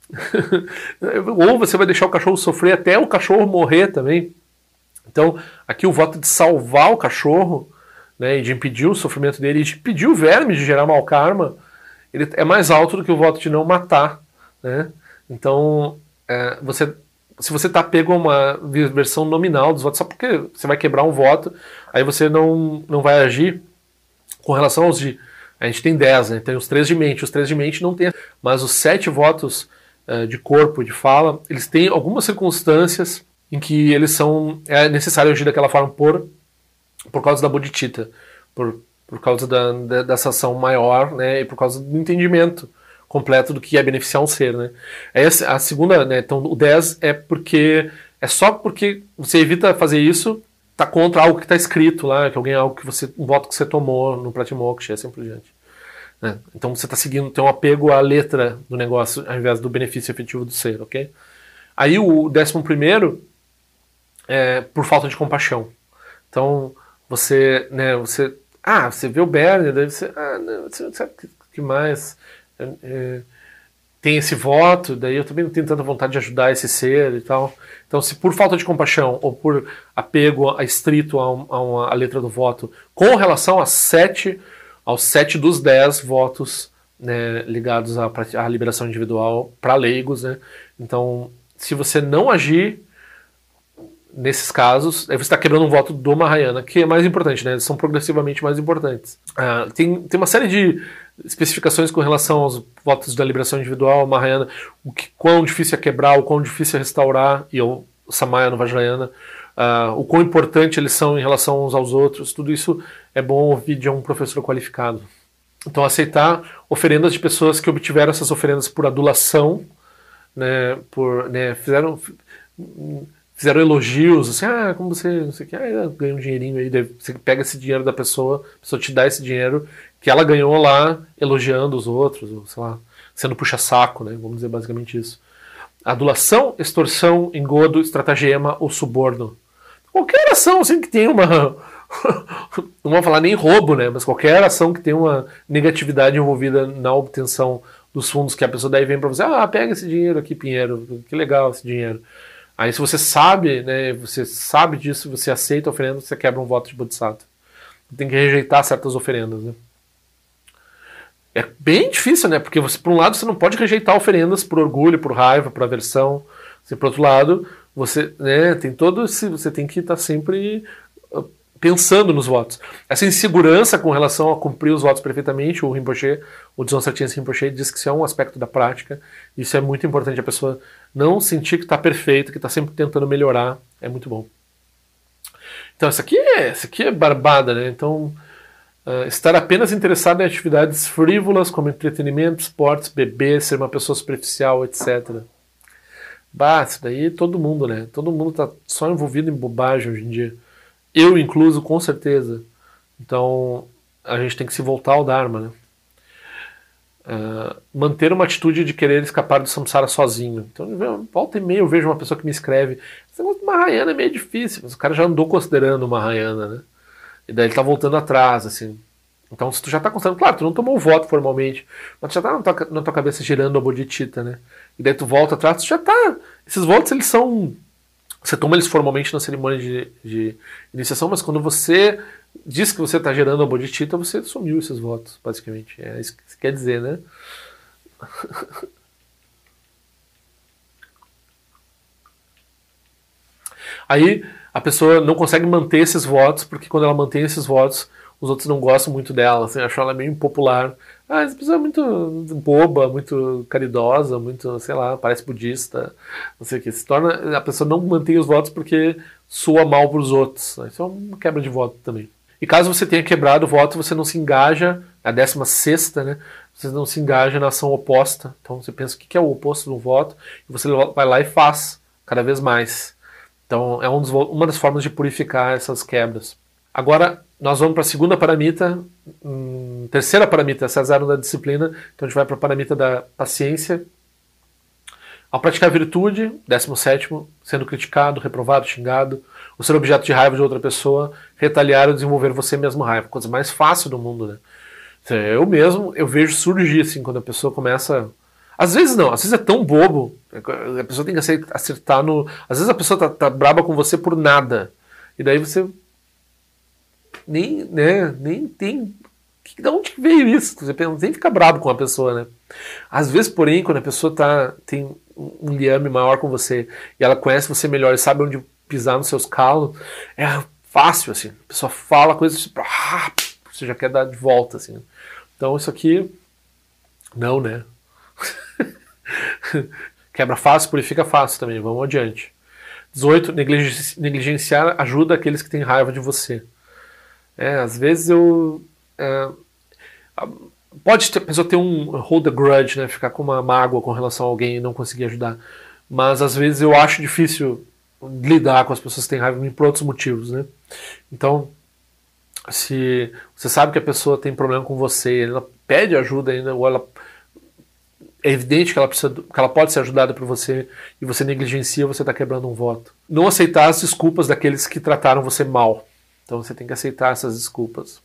Ou você vai deixar o cachorro sofrer até o cachorro morrer também. Então, aqui o voto de salvar o cachorro, né, e de impedir o sofrimento dele, e de impedir o verme de gerar mau karma, ele é mais alto do que o voto de não matar, né? Então, é, você, se você está pego a uma versão nominal dos votos, só porque você vai quebrar um voto, aí você não, não vai agir com relação aos de... A gente tem dez, né? Tem os três de mente, os três de mente não tem, mas os sete votos uh, de corpo e de fala, eles têm algumas circunstâncias em que eles são, é necessário agir daquela forma por por causa da bodhicitta, por, por causa da, da, dessa ação maior, né, e por causa do entendimento completo do que é beneficiar um ser, né. Essa, a segunda, né, então o dez é porque, é só porque você evita fazer isso, tá contra algo que está escrito lá, que alguém, algo que você, um voto que você tomou no Pratimoksha, assim por diante. Né. Então você está seguindo, tem um apego à letra do negócio, ao invés do benefício efetivo do ser, ok? Aí o décimo primeiro é por falta de compaixão. Então, você, né, você, ah, você vê o Bernie, daí você, ah, não, você sabe o que mais? É, é, tem esse voto, daí eu também não tenho tanta vontade de ajudar esse ser e tal. Então, se por falta de compaixão ou por apego a estrito a, um, a, uma, a letra do voto, com relação a sete, aos sete dos dez votos, né, ligados à, à liberação individual para leigos, né? Então, se você não agir nesses casos, aí você está quebrando um voto do Mahayana, que é mais importante, né? Eles são progressivamente mais importantes. Ah, tem, tem uma série de especificações com relação aos votos da liberação individual, Mahayana, o que, quão difícil é quebrar, o quão difícil é restaurar, e o Samaya no Vajrayana, ah, o quão importante eles são em relação uns aos outros, tudo isso é bom ouvir de um professor qualificado. Então, aceitar oferendas de pessoas que obtiveram essas oferendas por adulação, né, por, né, fizeram... Fizeram elogios, assim, ah, como você, não sei o que, ah, ganha um dinheirinho aí, você pega esse dinheiro da pessoa, a pessoa te dá esse dinheiro que ela ganhou lá elogiando os outros, ou sei lá, sendo puxa-saco, né, vamos dizer basicamente isso. Adulação, extorsão, engodo, estratagema ou suborno. Qualquer ação assim que tenha uma, não vou falar nem roubo, né, mas qualquer ação que tenha uma negatividade envolvida na obtenção dos fundos que a pessoa daí vem para você, ah, pega esse dinheiro aqui, Pinheiro, que legal esse dinheiro. Aí se você sabe, né, você sabe disso, você aceita a oferenda, você quebra um voto de Bodhisattva. Tem que rejeitar certas oferendas, né? É bem difícil, né? Porque você, por um lado, você não pode rejeitar oferendas por orgulho, por raiva, por aversão. Assim, por outro lado, você, né, tem todo esse, você tem que estar sempre pensando nos votos. Essa insegurança com relação a cumprir os votos perfeitamente, o Rinpoche, o Dzongsa Khyentse Rinpoche diz que isso é um aspecto da prática. Isso é muito importante, a pessoa não sentir que está perfeita, que está sempre tentando melhorar. É muito bom. Então, isso aqui é, isso aqui é barbada, né? Então, uh, estar apenas interessado em atividades frívolas, como entretenimento, esportes, beber, ser uma pessoa superficial, etcétera. Bah, isso daí todo mundo, né? Todo mundo tá só envolvido em bobagem hoje em dia. Eu incluso, com certeza. Então, a gente tem que se voltar ao Dharma, né? Uh, manter uma atitude de querer escapar do samsara sozinho. Então, volta e meia eu vejo uma pessoa que me escreve: esse negócio de Mahayana é meio difícil, mas o cara já andou considerando Mahayana, né? E daí ele tá voltando atrás, assim. Então, se tu já tá considerando, claro, tu não tomou o voto formalmente, mas tu já tá na tua, na tua cabeça girando a bodhicitta, né? E daí tu volta atrás, tu já tá. Esses votos, eles são. Você toma eles formalmente na cerimônia de, de iniciação, mas quando você diz que você está gerando a bodhicitta, você assumiu esses votos, basicamente. É isso que você quer dizer, né? Aí a pessoa não consegue manter esses votos, porque quando ela mantém esses votos, os outros não gostam muito dela, assim, acham ela meio impopular. Ah, essa pessoa é muito boba, muito caridosa, muito, sei lá, parece budista, não sei o que. Se torna, a pessoa não mantém os votos porque soa mal para os outros. Isso é uma quebra de voto também. E caso você tenha quebrado o voto, você não se engaja, a décima sexta, né? Você não se engaja na ação oposta. Então você pensa o que é o oposto do voto, e você vai lá e faz cada vez mais. Então é um dos, uma das formas de purificar essas quebras. Agora, nós vamos para a segunda paramita, hum, terceira paramita, essa é a zero da disciplina, então a gente vai para a paramita da paciência. Ao praticar a virtude, décimo sétimo, sendo criticado, reprovado, xingado, ou ser objeto de raiva de outra pessoa, retaliar ou desenvolver você mesmo raiva, coisa mais fácil do mundo, né? Eu mesmo, eu vejo surgir assim, quando a pessoa começa... Às vezes não, às vezes é tão bobo, a pessoa tem que acertar no... Às vezes a pessoa tá, tá braba com você por nada, e daí você... Nem, né, nem tem... De onde veio isso? Você nem fica bravo com a pessoa, né? Às vezes, porém, quando a pessoa tá, tem um liame maior com você e ela conhece você melhor e sabe onde pisar nos seus calos, é fácil, assim. A pessoa fala coisas tipo, ah, você já quer dar de volta, assim. Então isso aqui, não, né? Quebra fácil, purifica fácil também. Vamos adiante. dezoito. Negligenciar ajuda aqueles que têm raiva de você. É, às vezes eu... É, pode ter, a pessoa ter um hold a grudge, né, ficar com uma mágoa com relação a alguém e não conseguir ajudar. Mas às vezes eu acho difícil lidar com as pessoas que têm raiva de mim por outros motivos, né? Então, se você sabe que a pessoa tem problema com você, ela pede ajuda ainda, ou ela é evidente que ela, precisa, que ela pode ser ajudada por você e você negligencia, você está quebrando um voto. Não aceitar as desculpas daqueles que trataram você mal. Então você tem que aceitar essas desculpas.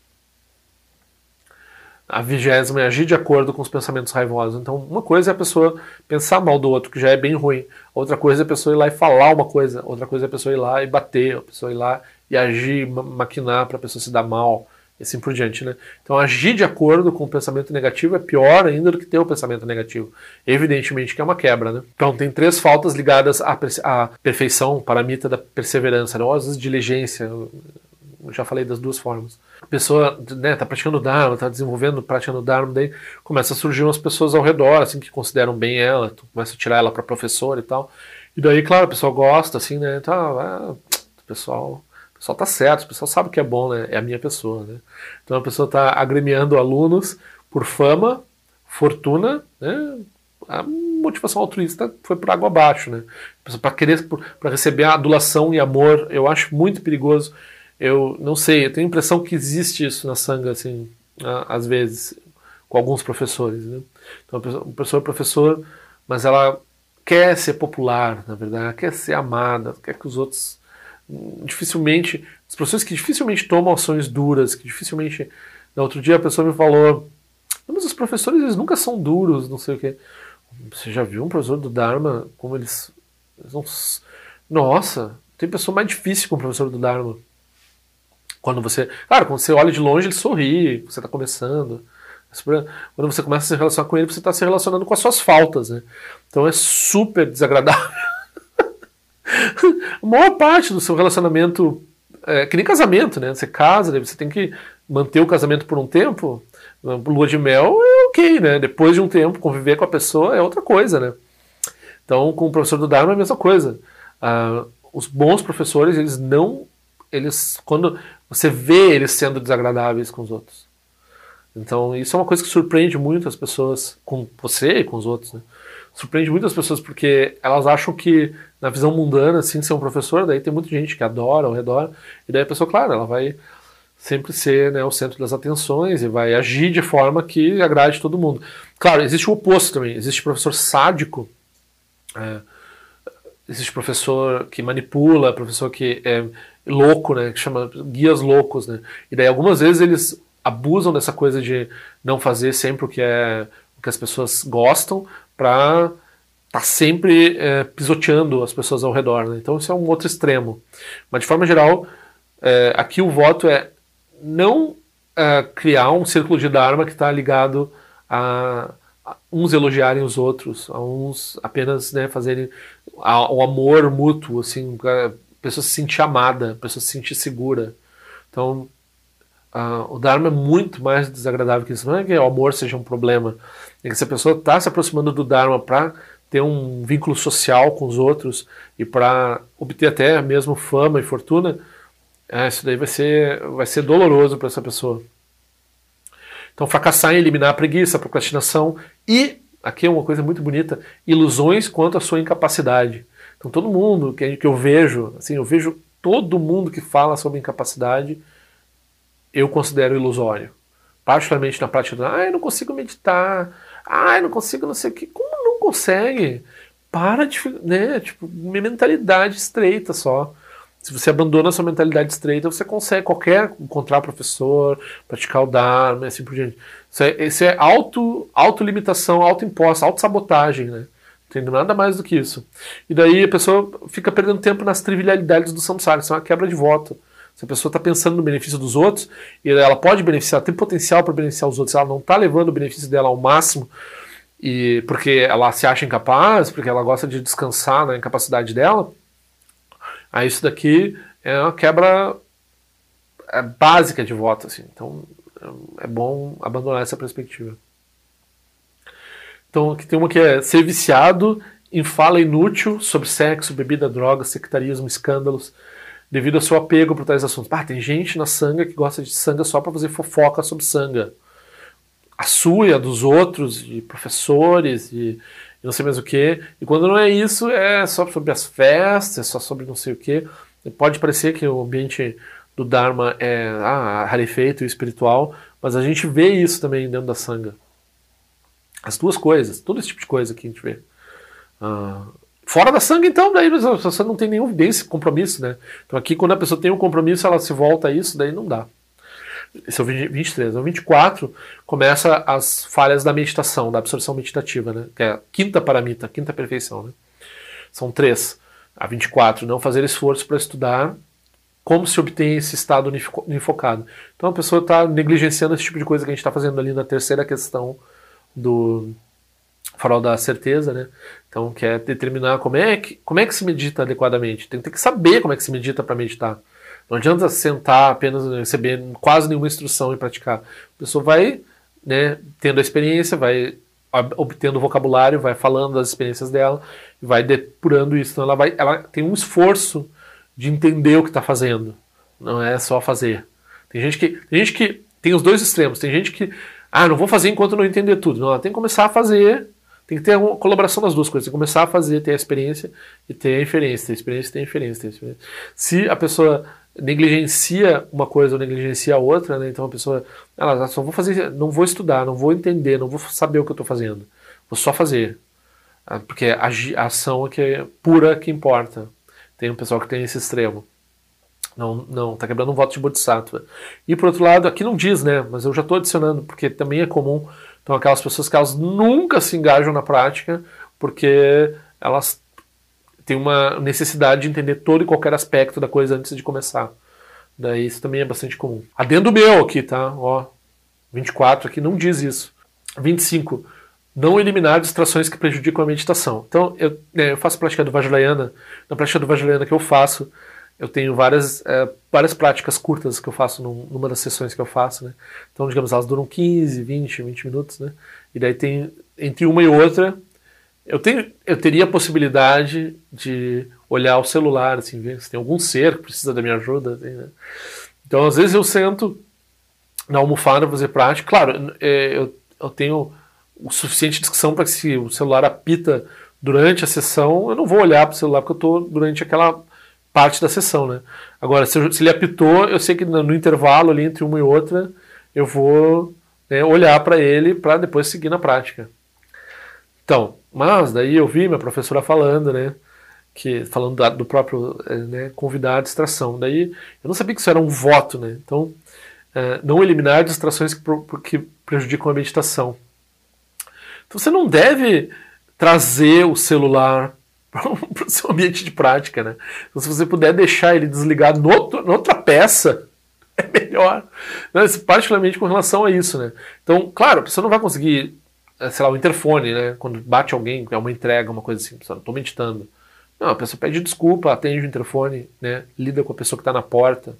A vigésima é agir de acordo com os pensamentos raivosos. Então, uma coisa é a pessoa pensar mal do outro, que já é bem ruim. Outra coisa é a pessoa ir lá e falar uma coisa. Outra coisa é a pessoa ir lá e bater. A pessoa ir lá e agir, maquinar para a pessoa se dar mal. E assim por diante, né? Então, agir de acordo com o pensamento negativo é pior ainda do que ter o pensamento negativo. Evidentemente que é uma quebra, né? Então, tem três faltas ligadas à, à perfeição, paramita da perseverança, né? Ou às vezes diligência. Eu já falei das duas formas. A pessoa, né, tá praticando Dharma, tá desenvolvendo, praticando Dharma, daí começa a surgir umas pessoas ao redor, assim, que consideram bem ela, tu começa a tirar ela para professora e tal. E daí, claro, o pessoal gosta, assim, né, tá, ah, o pessoal, o pessoal tá certo, o pessoal sabe que é bom, né, é a minha pessoa, né. Então a pessoa tá agremiando alunos por fama, fortuna, né, a motivação altruísta foi por água abaixo, né. Para querer, para receber a adulação e amor, eu acho muito perigoso. Eu não sei, eu tenho a impressão que existe isso na Sangha, assim, às vezes, com alguns professores, né? Então, a pessoa é professor, mas ela quer ser popular, na verdade, ela quer ser amada, quer que os outros, dificilmente, os professores que dificilmente tomam ações duras, que dificilmente, no outro dia a pessoa me falou, mas os professores, eles nunca são duros, não sei o quê. Você já viu um professor do Dharma, como eles, eles não... Nossa, tem pessoa mais difícil com o professor do Dharma. Quando você... Claro, quando você olha de longe, ele sorri, você está começando. Quando você começa a se relacionar com ele, você está se relacionando com as suas faltas, né? Então é super desagradável. A maior parte do seu relacionamento... É que nem casamento, né? Você casa, daí você tem que manter o casamento por um tempo. Lua de mel é ok, né? Depois de um tempo, conviver com a pessoa é outra coisa, né? Então, com o professor do Dharma é a mesma coisa. Ah, os bons professores, eles não... Eles, quando você vê eles sendo desagradáveis com os outros. Então, isso é uma coisa que surpreende muito as pessoas, com você e com os outros, né? Surpreende muito as pessoas porque elas acham que, na visão mundana, assim, ser um professor, daí tem muita gente que adora ao redor, e daí a pessoa, claro, ela vai sempre ser, né, o centro das atenções e vai agir de forma que agrade todo mundo. Claro, existe o oposto também. Existe professor sádico, é, existe professor que manipula, professor que é louco, né, que chama guias loucos, né? E daí algumas vezes eles abusam dessa coisa de não fazer sempre o que, é, o que as pessoas gostam para estar tá sempre é, pisoteando as pessoas ao redor, né? Então isso é um outro extremo. Mas de forma geral, é, aqui o voto é não é, criar um círculo de Dharma que está ligado a, a uns elogiarem os outros, a uns apenas, né, fazerem a, o amor mútuo, assim, a pessoa se sentir amada, a pessoa se sentir segura. Então, a, o Dharma é muito mais desagradável que isso. Não é que o amor seja um problema, é que se a pessoa está se aproximando do Dharma para ter um vínculo social com os outros e para obter até mesmo fama e fortuna, é, isso daí vai ser, vai ser doloroso para essa pessoa. Então, fracassar em eliminar a preguiça, a procrastinação e, aqui é uma coisa muito bonita, ilusões quanto à sua incapacidade. Então, todo mundo que, que eu vejo, assim, eu vejo todo mundo que fala sobre incapacidade, eu considero ilusório. Particularmente na prática do, ah, eu não consigo meditar, ah, eu não consigo não sei o que. Como não consegue? Para de, né, tipo, minha mentalidade estreita só. Se você abandona a sua mentalidade estreita, você consegue qualquer encontrar professor, praticar o Dharma, assim por diante. Isso é, isso é auto, autolimitação, autoimposta, autossabotagem, né? Não tem nada mais do que isso. E daí a pessoa fica perdendo tempo nas trivialidades do samsara. Isso é uma quebra de voto. Se a pessoa está pensando no benefício dos outros, e ela pode beneficiar, tem potencial para beneficiar os outros, ela não está levando o benefício dela ao máximo, e porque ela se acha incapaz, porque ela gosta de descansar na incapacidade dela, aí isso daqui é uma quebra básica de voto, assim. Então é bom abandonar essa perspectiva. Então aqui tem uma que é ser viciado em fala inútil sobre sexo, bebida, drogas, sectarismo, escândalos, devido ao seu apego por tais assuntos. Ah, tem gente na sanga que gosta de sanga só para fazer fofoca sobre sanga. A sua e a dos outros, de professores, e não sei mais o que. E quando não é isso, é só sobre as festas, é só sobre não sei o que. Pode parecer que o ambiente do Dharma é ah, rarefeito e espiritual, mas a gente vê isso também dentro da sanga. As duas coisas, todo esse tipo de coisa que a gente vê. Ah, fora da sanga, então, daí a pessoa não tem nenhum desse compromisso, né? Então aqui, quando a pessoa tem um compromisso, ela se volta a isso, daí não dá. Esse é o vinte e três. O vinte e quatro começa as falhas da meditação, da absorção meditativa, né? Que é a quinta paramita, a quinta perfeição, né? São três. A vinte e quatro, não fazer esforço para estudar. Como se obtém esse estado unifocado? Então a pessoa está negligenciando esse tipo de coisa que a gente está fazendo ali na terceira questão do farol da certeza, né? Então, que é determinar como é que, como é que se medita adequadamente. Tem, tem que saber como é que se medita para meditar. Não adianta sentar apenas receber quase nenhuma instrução e praticar. A pessoa vai, né, tendo a experiência, vai obtendo o vocabulário, vai falando das experiências dela, vai depurando isso. Então ela, vai, ela tem um esforço de entender o que está fazendo. Não é só fazer. Tem gente que tem gente que tem os dois extremos. Tem gente que, ah, não vou fazer enquanto não entender tudo. Não, ela tem que começar a fazer. Tem que ter uma colaboração das duas coisas. Tem que começar a fazer, ter a experiência e ter a inferência. Ter a experiência e ter a inferência. Ter a experiência. Se a pessoa negligencia uma coisa ou negligencia a outra, né, então a pessoa, ela só vou fazer, não vou estudar, não vou entender, não vou saber o que eu estou fazendo. Vou só fazer. Porque a, a ação é que é pura que importa. Tem um pessoal que tem esse extremo. Não, não, tá quebrando um voto de Bodhisattva. E por outro lado, aqui não diz, né, mas eu já estou adicionando, porque também é comum. Então aquelas pessoas que elas nunca se engajam na prática porque elas tem uma necessidade de entender todo e qualquer aspecto da coisa antes de começar. Daí isso também é bastante comum. Adendo meu aqui, tá? Ó, vinte e quatro aqui não diz isso. vinte e cinco. Não eliminar distrações que prejudicam a meditação. Então, eu, né, eu faço prática do Vajrayana. Na prática do Vajrayana que eu faço, eu tenho várias, é, várias práticas curtas que eu faço num, numa das sessões que eu faço, né? Então, digamos, elas duram quinze, vinte, vinte minutos, né? E daí tem, entre uma e outra, eu, tenho, eu teria a possibilidade de olhar o celular, assim, ver se tem algum ser que precisa da minha ajuda. Assim, né? Então, às vezes eu sento na almofada para fazer prática. Claro, eu, eu tenho o suficiente discussão para que se o celular apita durante a sessão, eu não vou olhar para o celular porque eu estou durante aquela parte da sessão, né? Agora, se, eu, se ele apitou, eu sei que no, no intervalo ali entre uma e outra, eu vou, né, olhar para ele para depois seguir na prática. Então, mas daí eu vi minha professora falando, né, que, falando da, do próprio, né, convidar a distração. Daí eu não sabia que isso era um voto, né? Então, é, não eliminar distrações que, que prejudicam a meditação. Então você não deve trazer o celular para o seu ambiente de prática, né? Então, se você puder deixar ele desligado no outro, na outra peça, é melhor. Mas, particularmente com relação a isso, né? Então, claro, a pessoa não vai conseguir, sei lá, o interfone, né? Quando bate alguém, é uma entrega, uma coisa assim, pessoal, estou meditando. Não, a pessoa pede desculpa, atende o interfone, né? Lida com a pessoa que está na porta.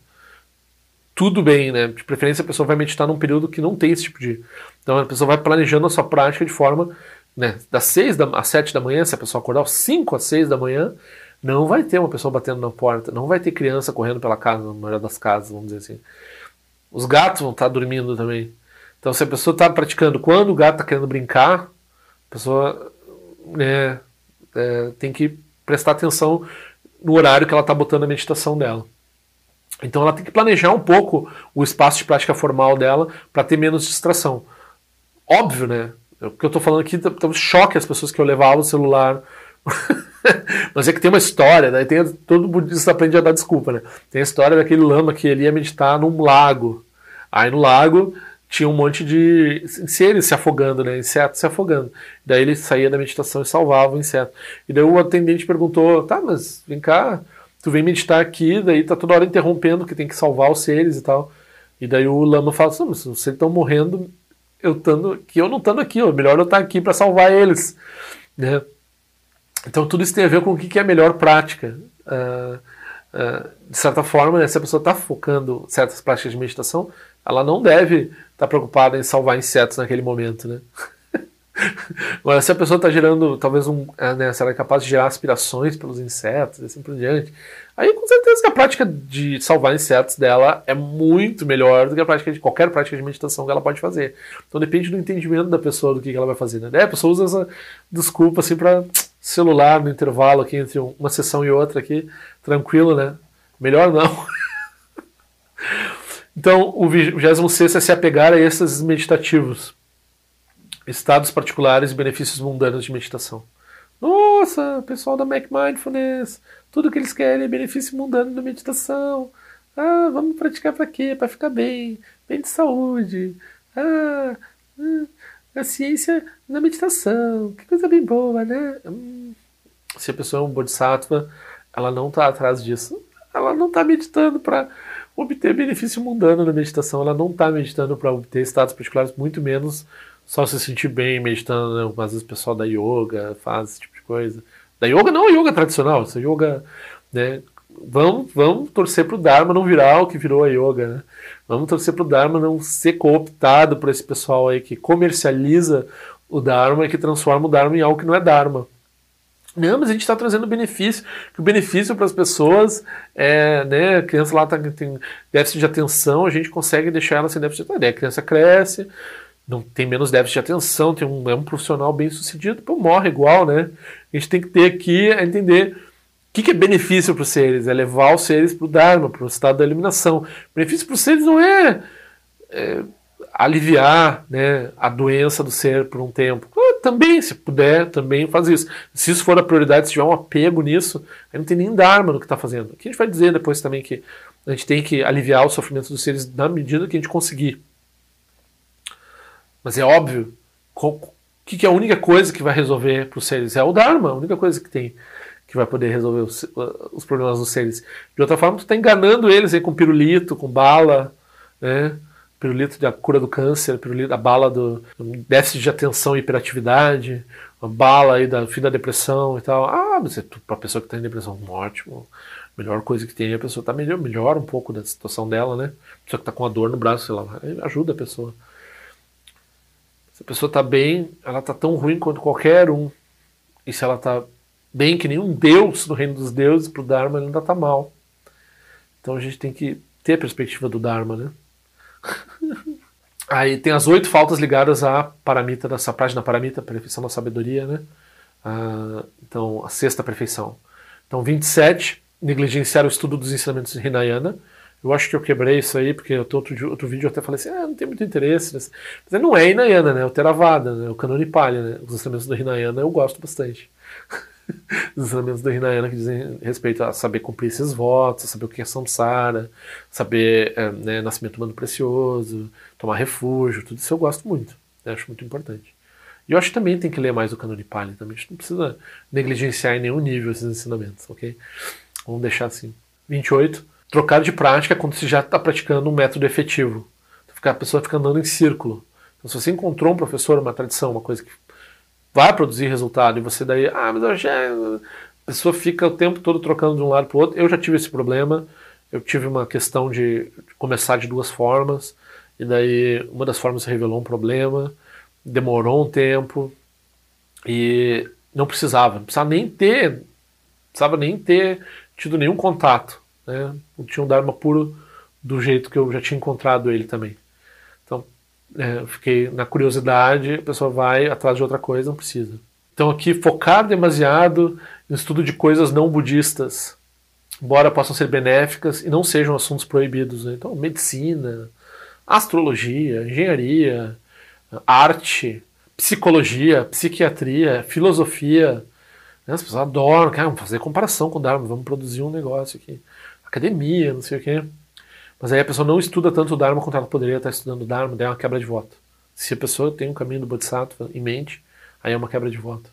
Tudo bem, né? De preferência a pessoa vai meditar num período que não tem esse tipo de... Então a pessoa vai planejando a sua prática de forma, né, das seis às sete da manhã, se a pessoa acordar às cinco às seis da manhã, não vai ter uma pessoa batendo na porta, não vai ter criança correndo pela casa, na maioria das casas, vamos dizer assim. Os gatos vão estar dormindo também. Então se a pessoa está praticando quando o gato está querendo brincar, a pessoa, né, é, tem que prestar atenção no horário que ela está botando a meditação dela. Então ela tem que planejar um pouco o espaço de prática formal dela para ter menos distração. Óbvio, né? O que eu estou falando aqui tá um choque as pessoas que eu levava o celular. Mas é que tem uma história, né? Tem, todo budista aprende a dar desculpa, né? Tem a história daquele lama que ele ia meditar num lago. Aí no lago tinha um monte de seres se afogando, né? Insetos se afogando. Daí ele saía da meditação e salvava o inseto. E daí o atendente perguntou, tá, mas vem cá, tu vem meditar aqui, daí tá toda hora interrompendo que tem que salvar os seres e tal. E daí o lama fala assim, mas se os seres estão morrendo, eu estando aqui, eu não estando aqui, ó, melhor eu estar aqui para salvar eles, né? Então tudo isso tem a ver com o que é a melhor prática. Uh, uh, de certa forma, né, se a pessoa está focando certas práticas de meditação, ela não deve estar preocupada em salvar insetos naquele momento, né? Agora, se a pessoa está gerando, talvez, um, né, se ela é capaz de gerar aspirações pelos insetos e assim por diante, aí com certeza que a prática de salvar insetos dela é muito melhor do que a prática de qualquer prática de meditação que ela pode fazer. Então depende do entendimento da pessoa do que ela vai fazer, né? A pessoa usa essa desculpa assim para celular no intervalo aqui entre uma sessão e outra aqui, tranquilo, né? Melhor não. Então o vigésimo sexto é se apegar a esses meditativos. Estados particulares e benefícios mundanos de meditação. Nossa, pessoal da Mac Mindfulness, tudo que eles querem é benefício mundano da meditação. Ah, vamos praticar para quê? Para ficar bem, bem de saúde. Ah, hum, a ciência da meditação, que coisa bem boa, né? Hum. Se a pessoa é um bodhisattva, ela não está atrás disso. Ela não está meditando para obter benefício mundano da meditação. Ela não está meditando para obter estados particulares, muito menos só se sentir bem meditando, né? Às vezes o pessoal da yoga faz esse tipo de coisa. Da yoga não, a yoga tradicional, essa yoga, né? Vamos, vamos torcer para o Dharma não virar o que virou a yoga, né? Vamos torcer para o Dharma não ser cooptado por esse pessoal aí que comercializa o Dharma e que transforma o Dharma em algo que não é Dharma. Não, mas a gente está trazendo benefício, que o benefício para as pessoas é, né, a criança lá tá, tem déficit de atenção, a gente consegue deixar ela sem déficit de atenção. A criança cresce, não tem menos déficit de atenção, tem um, é um profissional bem sucedido, pô, morre igual, né? A gente tem que ter aqui a entender o que, que é benefício para os seres, é levar os seres para o Dharma, para o estado da iluminação. Benefício para os seres não é, é aliviar, né, a doença do ser por um tempo. Ah, também, se puder, também faz isso. Se isso for a prioridade, se tiver um apego nisso, aí não tem nem Dharma no que está fazendo. Aqui a gente vai dizer depois também que a gente tem que aliviar o sofrimento dos seres na medida que a gente conseguir. Mas é óbvio, o que, que é a única coisa que vai resolver para os seres? É o Dharma, a única coisa que tem, que que vai poder resolver os, os problemas dos seres. De outra forma, tu está enganando eles aí com pirulito, com bala, né? Pirulito da cura do câncer, pirulito da bala do déficit de atenção e hiperatividade, a bala aí da fim da depressão e tal. Ah, mas é para a pessoa que está em depressão, ótimo. Melhor coisa que tem é a pessoa tá melhor, melhora um pouco da situação dela, né? A pessoa que está com a dor no braço, sei lá, ajuda a pessoa. Se a pessoa está bem, ela está tão ruim quanto qualquer um. E se ela está bem que nenhum deus no reino dos deuses, pro Dharma ele ainda está mal. Então a gente tem que ter a perspectiva do Dharma, né? Aí tem as oito faltas ligadas à paramita, dessa prática da paramita, perfeição da sabedoria, né? Ah, então, a sexta perfeição. Então, vinte e sete, negligenciar o estudo dos ensinamentos de Hinayana. Eu acho que eu quebrei isso aí, porque outro, outro vídeo eu até falei assim, ah, não tem muito interesse nesse. Mas não é Hinayana, né? É o Theravada, né? O Kanonipalya, né? Os ensinamentos do Hinayana eu gosto bastante. Os ensinamentos do Hinayana que dizem respeito a saber cumprir esses votos, saber o que é samsara, saber é, né, nascimento humano precioso, tomar refúgio, tudo isso eu gosto muito, eu acho muito importante. E eu acho que também tem que ler mais o Kanonipalya, também a gente não precisa negligenciar em nenhum nível esses ensinamentos, ok? Vamos deixar assim. vinte e oito. Trocar de prática quando você já está praticando um método efetivo. A pessoa fica andando em círculo. Então, se você encontrou um professor, uma tradição, uma coisa que vai produzir resultado, e você daí, ah, mas eu já... A pessoa fica o tempo todo trocando de um lado para o outro. Eu já tive esse problema, eu tive uma questão de começar de duas formas, e daí uma das formas revelou um problema, demorou um tempo, e não precisava, não precisava nem ter, não precisava nem ter tido nenhum contato, né? Eu tinha um Dharma puro do jeito que eu já tinha encontrado ele também. Então, É, eu fiquei na curiosidade, a pessoa vai atrás de outra coisa, não precisa. Então aqui, focar demasiado no estudo de coisas não budistas, embora possam ser benéficas e não sejam assuntos proibidos, né? Então, medicina, astrologia, engenharia, arte, psicologia, psiquiatria, filosofia, né? As pessoas adoram, ah, vamos fazer comparação com o Dharma, vamos produzir um negócio aqui, academia, não sei o quê. Mas aí a pessoa não estuda tanto o Dharma quanto ela poderia estar estudando o Dharma, daí é uma quebra de voto. Se a pessoa tem um caminho do Bodhisattva em mente, aí é uma quebra de voto.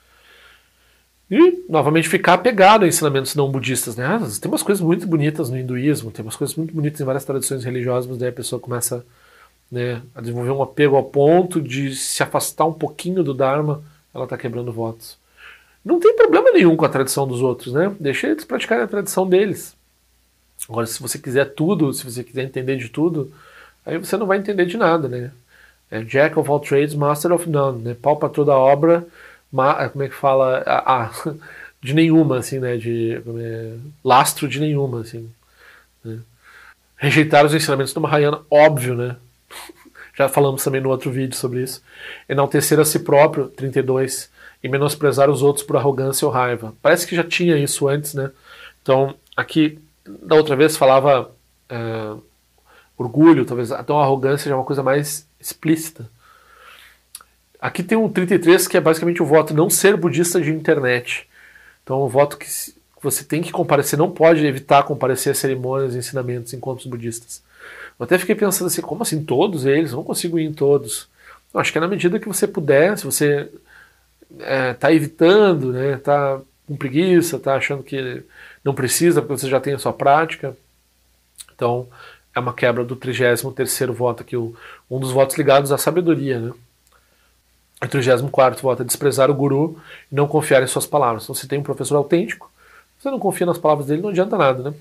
E, novamente, ficar apegado a ensinamentos não budistas, né? Ah, tem umas coisas muito bonitas no hinduísmo, tem umas coisas muito bonitas em várias tradições religiosas, mas daí a pessoa começa, né, a desenvolver um apego ao ponto de se afastar um pouquinho do Dharma, ela está quebrando votos. Não tem problema nenhum com a tradição dos outros, né? Deixa eles praticarem a tradição deles. Agora, se você quiser tudo, se você quiser entender de tudo, aí você não vai entender de nada, né? É Jack of all trades, master of none, né? Pau para toda a obra, ma, como é que fala? Ah, ah, de nenhuma, assim, né? De é, lastro de nenhuma, assim. Né? Rejeitar os ensinamentos do Mahayana, óbvio, né? Já falamos também no outro vídeo sobre isso. Enaltecer a si próprio, trinta e dois, e menosprezar os outros por arrogância ou raiva. Parece que já tinha isso antes, né? Então, aqui da outra vez falava é, orgulho, talvez até uma arrogância já é uma coisa mais explícita. Aqui tem um trinta e três que é basicamente o voto não ser budista de internet. Então o voto que você tem que comparecer, não pode evitar comparecer a cerimônias, ensinamentos, encontros budistas. Eu até fiquei pensando assim, como assim todos eles? Eu não consigo ir em todos. Eu acho que é na medida que você puder, se você está é, evitando, né, está com preguiça, está achando que não precisa, porque você já tem a sua prática. Então, é uma quebra do trigésimo terceiro voto aqui, um dos votos ligados à sabedoria, né? O trigésimo quarto voto é desprezar o guru e não confiar em suas palavras. Então, se tem um professor autêntico, você não confia nas palavras dele, não adianta nada, né?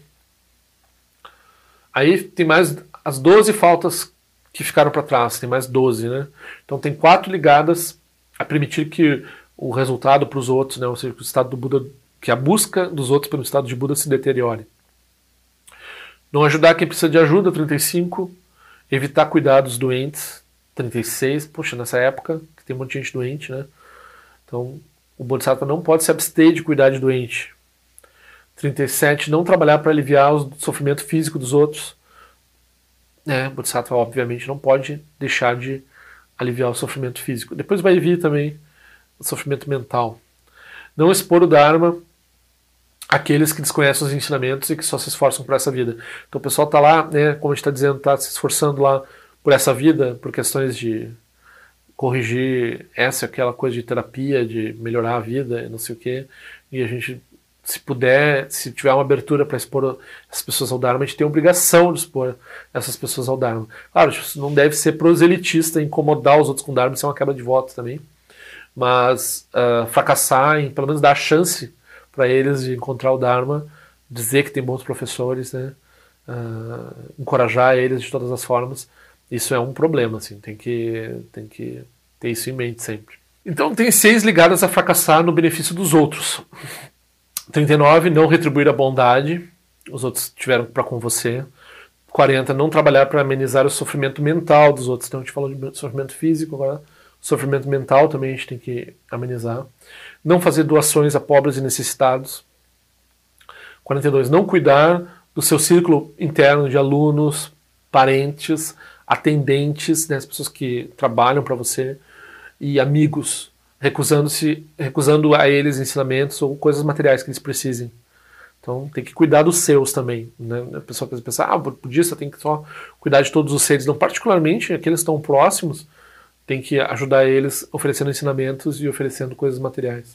Aí tem mais as doze faltas que ficaram para trás, tem mais doze, né? Então, tem quatro ligadas a permitir que o resultado para os outros, né, ou seja, que o estado do Buda, que a busca dos outros pelo estado de Buda se deteriore. Não ajudar quem precisa de ajuda, trinta e cinco. Evitar cuidar dos doentes, trinta e seis. Poxa, nessa época, que tem um monte de gente doente, né? Então, o Bodhisattva não pode se abster de cuidar de doente. trinta e sete. Não trabalhar para aliviar o sofrimento físico dos outros. É, o Bodhisattva, obviamente, não pode deixar de aliviar o sofrimento físico. Depois vai vir também o sofrimento mental. Não expor o Dharma àqueles que desconhecem os ensinamentos e que só se esforçam por essa vida. Então o pessoal está lá, né, como a gente está dizendo, está se esforçando lá por essa vida, por questões de corrigir essa aquela coisa de terapia, de melhorar a vida, não sei o quê, e a gente se puder, se tiver uma abertura para expor as pessoas ao Dharma, a gente tem a obrigação de expor essas pessoas ao Dharma. Claro, isso não deve ser proselitista, incomodar os outros com o Dharma, isso é uma quebra de votos também, mas uh, fracassar em pelo menos dar a chance para eles de encontrar o Dharma, dizer que tem bons professores, né? Uh, encorajar eles de todas as formas, isso é um problema, assim, tem que, tem que ter isso em mente sempre. Então tem seis ligadas a fracassar no benefício dos outros. trinta e nove, não retribuir a bondade, os outros tiveram para com você. quarenta, não trabalhar para amenizar o sofrimento mental dos outros. Então a gente falou de sofrimento físico, agora sofrimento mental também a gente tem que amenizar. Não fazer doações a pobres e necessitados. quarenta e dois, não cuidar do seu círculo interno de alunos, parentes, atendentes, né, as pessoas que trabalham para você, e amigos, recusando-se, recusando a eles ensinamentos ou coisas materiais que eles precisem. Então tem que cuidar dos seus também, né? A pessoa que pensa, ah, budista tem que só cuidar de todos os seres. Não, particularmente aqueles que estão próximos, tem que ajudar eles oferecendo ensinamentos e oferecendo coisas materiais.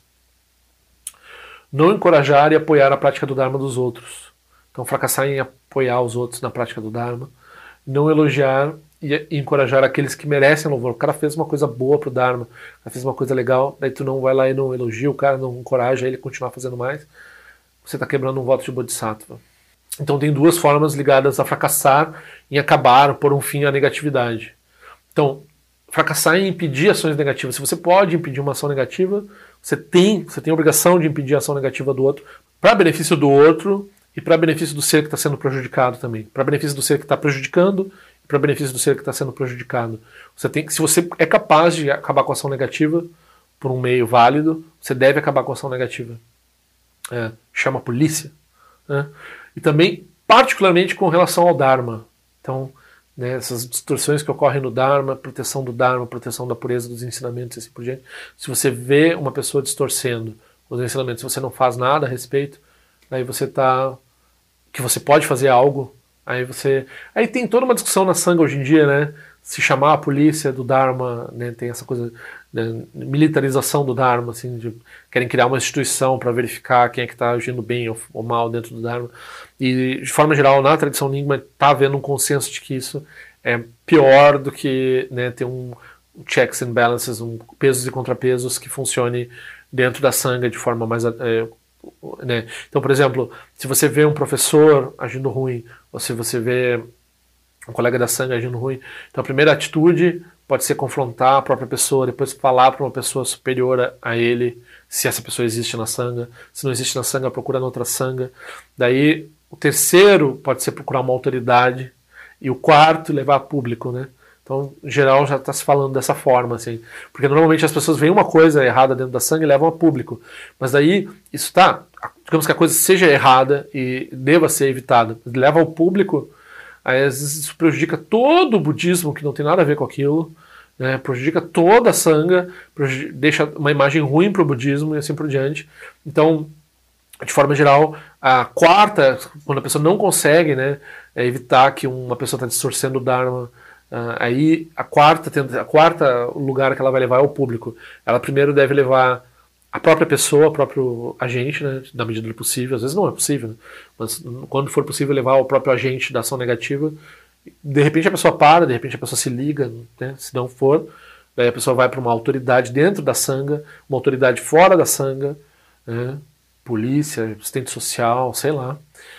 Não encorajar e apoiar a prática do Dharma dos outros. Então fracassar em apoiar os outros na prática do Dharma. Não elogiar e encorajar aqueles que merecem louvor. O cara fez uma coisa boa pro Dharma, o cara fez uma coisa legal, daí tu não vai lá e não elogia o cara, não encoraja ele a continuar fazendo mais, você está quebrando um voto de Bodhisattva. Então tem duas formas ligadas a fracassar em acabar, por um fim à negatividade. Então, fracassar em impedir ações negativas. Se você pode impedir uma ação negativa, você tem, você tem a obrigação de impedir a ação negativa do outro, para benefício do outro e para benefício do ser que está sendo prejudicado também. Para benefício do ser que está prejudicando para benefício do ser que está sendo prejudicado. Você tem, se você é capaz de acabar com a ação negativa por um meio válido, você deve acabar com a ação negativa. É, chama a polícia. Né? E também, particularmente com relação ao Dharma. Então, né, essas distorções que ocorrem no Dharma, proteção do Dharma, proteção da pureza dos ensinamentos e assim por diante. Se você vê uma pessoa distorcendo os ensinamentos, se você não faz nada a respeito, aí você está... que você pode fazer algo. Aí você. Aí tem toda uma discussão na Sangha hoje em dia, né? Se chamar a polícia do Dharma, né? Tem essa coisa, né? Militarização do Dharma, assim, de, querem criar uma instituição para verificar quem é que está agindo bem ou, ou mal dentro do Dharma. E, de forma geral, na tradição Nyingma está havendo um consenso de que isso é pior do que, né, ter um checks and balances, um pesos e contrapesos que funcione dentro da Sangha de forma mais. É, né? Então, por exemplo, se você vê um professor agindo ruim, ou se você vê um colega da Sangha agindo ruim, então a primeira atitude pode ser confrontar a própria pessoa, depois falar para uma pessoa superior a, a ele, se essa pessoa existe na Sangha. Se não existe na Sangha, procura na outra Sangha. Daí o terceiro pode ser procurar uma autoridade, e o quarto levar a público, né? Então, em geral, já está se falando dessa forma, assim. Porque normalmente as pessoas veem uma coisa errada dentro da Sangha e levam a público. Mas daí, isso tá, digamos que a coisa seja errada e deva ser evitada. Leva ao público, aí às vezes isso prejudica todo o budismo, que não tem nada a ver com aquilo, né? Prejudica toda a Sangha, deixa uma imagem ruim para o budismo e assim por diante. Então, de forma geral, a quarta, quando a pessoa não consegue, né, é evitar que uma pessoa está distorcendo o Dharma, Uh, aí a quarta, a quarta lugar que ela vai levar é o público. Ela primeiro deve levar a própria pessoa, o próprio agente, né, na medida do possível. Às vezes não é possível, né, mas quando for possível levar o próprio agente da ação negativa. De repente a pessoa para, de repente a pessoa se liga, né, se não for, daí a pessoa vai para uma autoridade dentro da Sangha, uma autoridade fora da Sangha, né, polícia, assistente social, sei lá,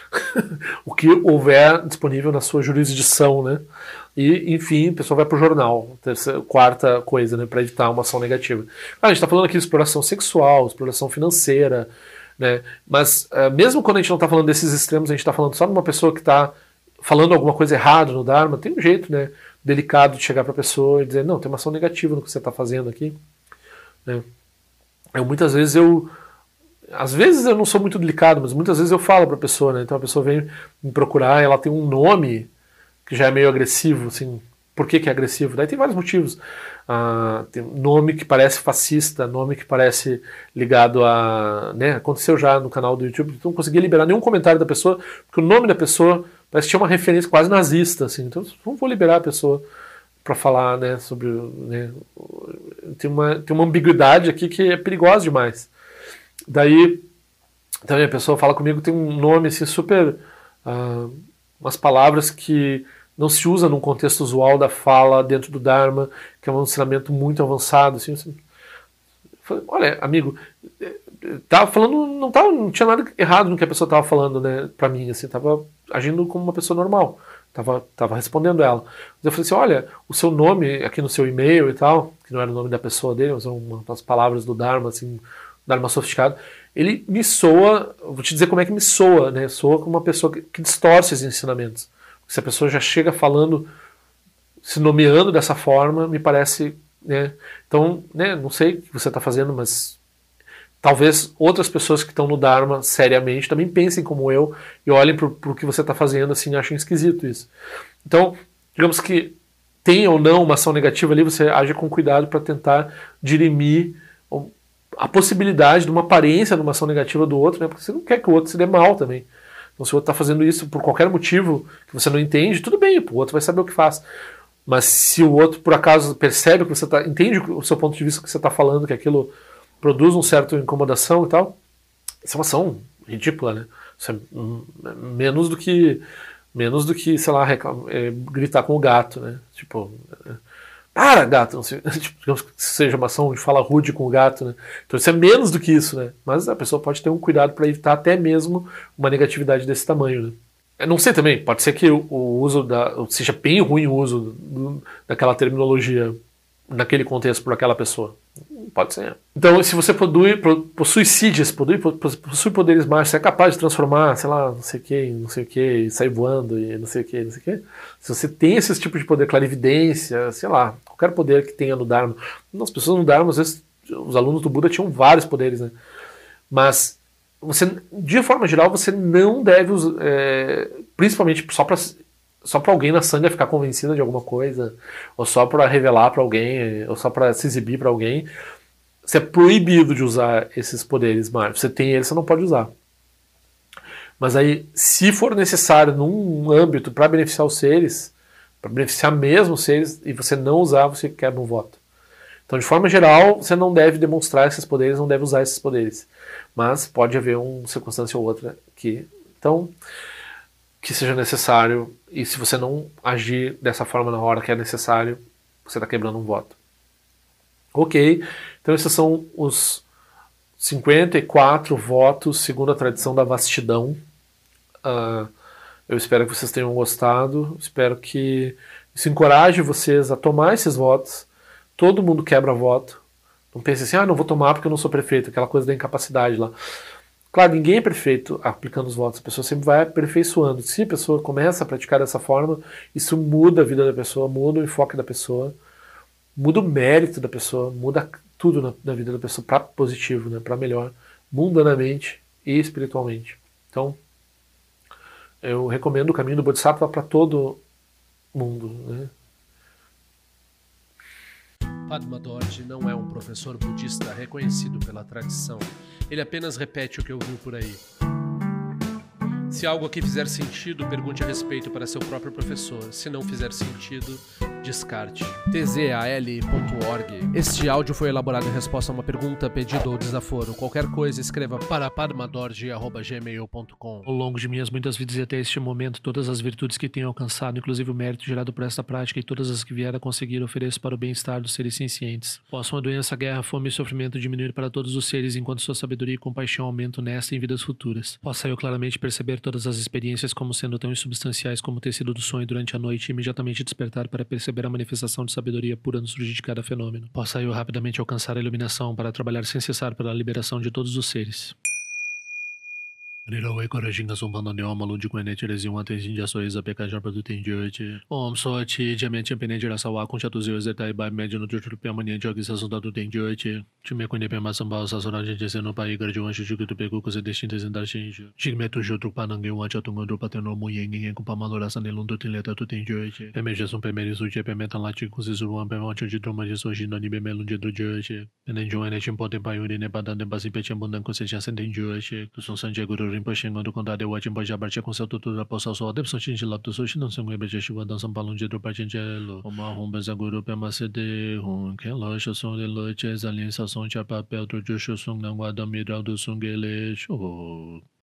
o que houver disponível na sua jurisdição, né? E, enfim, a pessoa vai para o jornal, terceira, quarta coisa, né, para evitar uma ação negativa. Ah, a gente está falando aqui de exploração sexual, exploração financeira, né, mas uh, mesmo quando a gente não está falando desses extremos, a gente está falando só de uma pessoa que está falando alguma coisa errada no Dharma, tem um jeito, né, delicado de chegar para a pessoa e dizer, não, tem uma ação negativa no que você está fazendo aqui. Né. Eu, muitas vezes eu... Às vezes eu não sou muito delicado, mas muitas vezes eu falo para a pessoa, né, então a pessoa vem me procurar, ela tem um nome que já é meio agressivo, assim, por que que é agressivo? Daí tem vários motivos. Ah, tem nome que parece fascista, nome que parece ligado a... Né, aconteceu já no canal do YouTube, então não conseguia liberar nenhum comentário da pessoa, porque o nome da pessoa parece que tinha uma referência quase nazista, assim, então não vou liberar a pessoa para falar, né, sobre... Né, tem, uma, tem uma ambiguidade aqui que é perigosa demais. Daí Então a pessoa fala comigo, tem um nome assim super... Uh, umas palavras que não se usa num contexto usual da fala dentro do Dharma, que é um ensinamento muito avançado. Assim, assim. Falei, olha, amigo, tava falando, não, tava, não tinha nada errado no que a pessoa estava falando, né, para mim, assim, tava agindo como uma pessoa normal, tava, tava respondendo ela. Mas eu falei assim, olha, o seu nome aqui no seu e-mail e tal, que não era o nome da pessoa dele, mas são umas palavras do Dharma, assim, Dharma sofisticado, ele me soa, vou te dizer como é que me soa, né, soa como uma pessoa que, que distorce os ensinamentos. Se a pessoa já chega falando, se nomeando dessa forma, me parece, né, então, né, não sei o que você está fazendo, mas talvez outras pessoas que estão no Dharma seriamente também pensem como eu e olhem para o que você está fazendo assim e achem esquisito isso. Então, digamos que tem ou não uma ação negativa ali, você age com cuidado para tentar dirimir a possibilidade de uma aparência de uma ação negativa do outro, né? Porque você não quer que o outro se dê mal também. Então, se o outro está fazendo isso por qualquer motivo que você não entende, tudo bem, o outro vai saber o que faz. Mas se o outro, por acaso, percebe que você tá, entende o seu ponto de vista que você está falando, que aquilo produz um certo incomodação e tal, isso é uma ação ridícula, né? Isso é menos do que, menos do que, sei lá, reclamar, é, gritar com o gato, né? Tipo... É, para, gato, não sei, tipo, digamos que seja uma ação de fala rude com o gato, né? Então isso é menos do que isso, né? Mas a pessoa pode ter um cuidado para evitar até mesmo uma negatividade desse tamanho, né? Eu não sei também, pode ser que o, o uso da, seja bem ruim o uso do, daquela terminologia naquele contexto por aquela pessoa. Pode ser. Então, se você possui, possui sídias, possui, possui poderes mágicos, você é capaz de transformar, sei lá, não sei o que, não sei o que, sair voando e não sei o que, não sei o que. Se você tem esse tipo de poder, clarividência, sei lá, qualquer poder que tenha no Dharma. As pessoas no Dharma, às vezes, os alunos do Buda tinham vários poderes, né? Mas, você, de forma geral, você não deve, é, principalmente só para só para alguém na Sangha ficar convencida de alguma coisa, ou só para revelar para alguém, ou só para se exibir para alguém, você é proibido de usar esses poderes mágicos. Você tem eles, você não pode usar. Mas aí, se for necessário num âmbito para beneficiar os seres, para beneficiar mesmo os seres, e você não usar, você quebra um voto. Então, de forma geral, você não deve demonstrar esses poderes, não deve usar esses poderes. Mas pode haver uma circunstância ou outra que... Então... que seja necessário, e se você não agir dessa forma na hora que é necessário, você está quebrando um voto. Ok, então esses são os cinquenta e quatro votos segundo a tradição da vastidão. Uh, eu espero que vocês tenham gostado, espero que isso encoraje vocês a tomar esses votos. Todo mundo quebra voto. Não pense assim, ah, não vou tomar porque eu não sou prefeito, aquela coisa da incapacidade lá. Claro, ninguém é perfeito aplicando os votos, a pessoa sempre vai aperfeiçoando. Se a pessoa começa a praticar dessa forma, isso muda a vida da pessoa, muda o enfoque da pessoa, muda o mérito da pessoa, muda tudo na, na vida da pessoa para positivo, né, para melhor, mundanamente e espiritualmente. Então, eu recomendo o caminho do Bodhisattva para todo mundo, né? Padma Dorji não é um professor budista reconhecido pela tradição. Ele apenas repete o que ouviu por aí. Se algo aqui fizer sentido, pergunte a respeito para seu próprio professor. Se não fizer sentido, descarte. T Z A L ponto org. Este áudio foi elaborado em resposta a uma pergunta, pedido ou desaforo. Qualquer coisa, escreva para padmadorji arroba gmail ponto com. Ao longo de minhas muitas vidas e até este momento, todas as virtudes que tenho alcançado, inclusive o mérito gerado por esta prática e todas as que vier a conseguir, ofereço para o bem-estar dos seres cientes. Possam a doença, guerra, fome e sofrimento diminuir para todos os seres, enquanto sua sabedoria e compaixão aumentam nesta e em vidas futuras. Possa eu claramente perceber todas as experiências como sendo tão insubstanciais como o tecido do sonho durante a noite e imediatamente despertar para perceber a manifestação de sabedoria pura no surgir de cada fenômeno. Possa eu rapidamente alcançar a iluminação para trabalhar sem cessar pela liberação de todos os seres. Nirawe Korajinga Sumpana Neoma Lundi Kwene Tirezi Wante Jinja Soiza Pekajar Produtin Jote Om Sochi Jamen Champene Jirasawa Kunchatuzi Zetai Bai Mediano Jutu Piamania Jogisa Sundatu Tem Jote Time Kwene Pema Sambal Sasora Gente no Pai Garjuan Shujuku Peku Kuze Destintes Indar Shinju Jigmetu Jutru Panangue Wancha Tungandu Pateno Muyeng Kupamalora Sanelundu Tinleta Tutin Jote Pemeja Sum Pemeri Suche Pemetan Lati Kuzizuan Pemancho de Droma de Sojino Nibe Melunde do Jote Nenjuan Chimpote Payuri Nebadan Basi Pechambundan Kuseja Senten Jote Tusun Sanje Guru Rinpoche Ngô do Condado de Wajin Boja Barche com seu tutor da Poça Sol Depson Chinji Lapto Sushi não são Beje Chuva Dançam Palum de Drupa Chinjelo Oma Hum Bezaguru Pema Sede Hum Ken Lo Shosung de Loche Zalin Sasson Cha Papel Trojo Shosung Nangwa Damiral do Sungele Show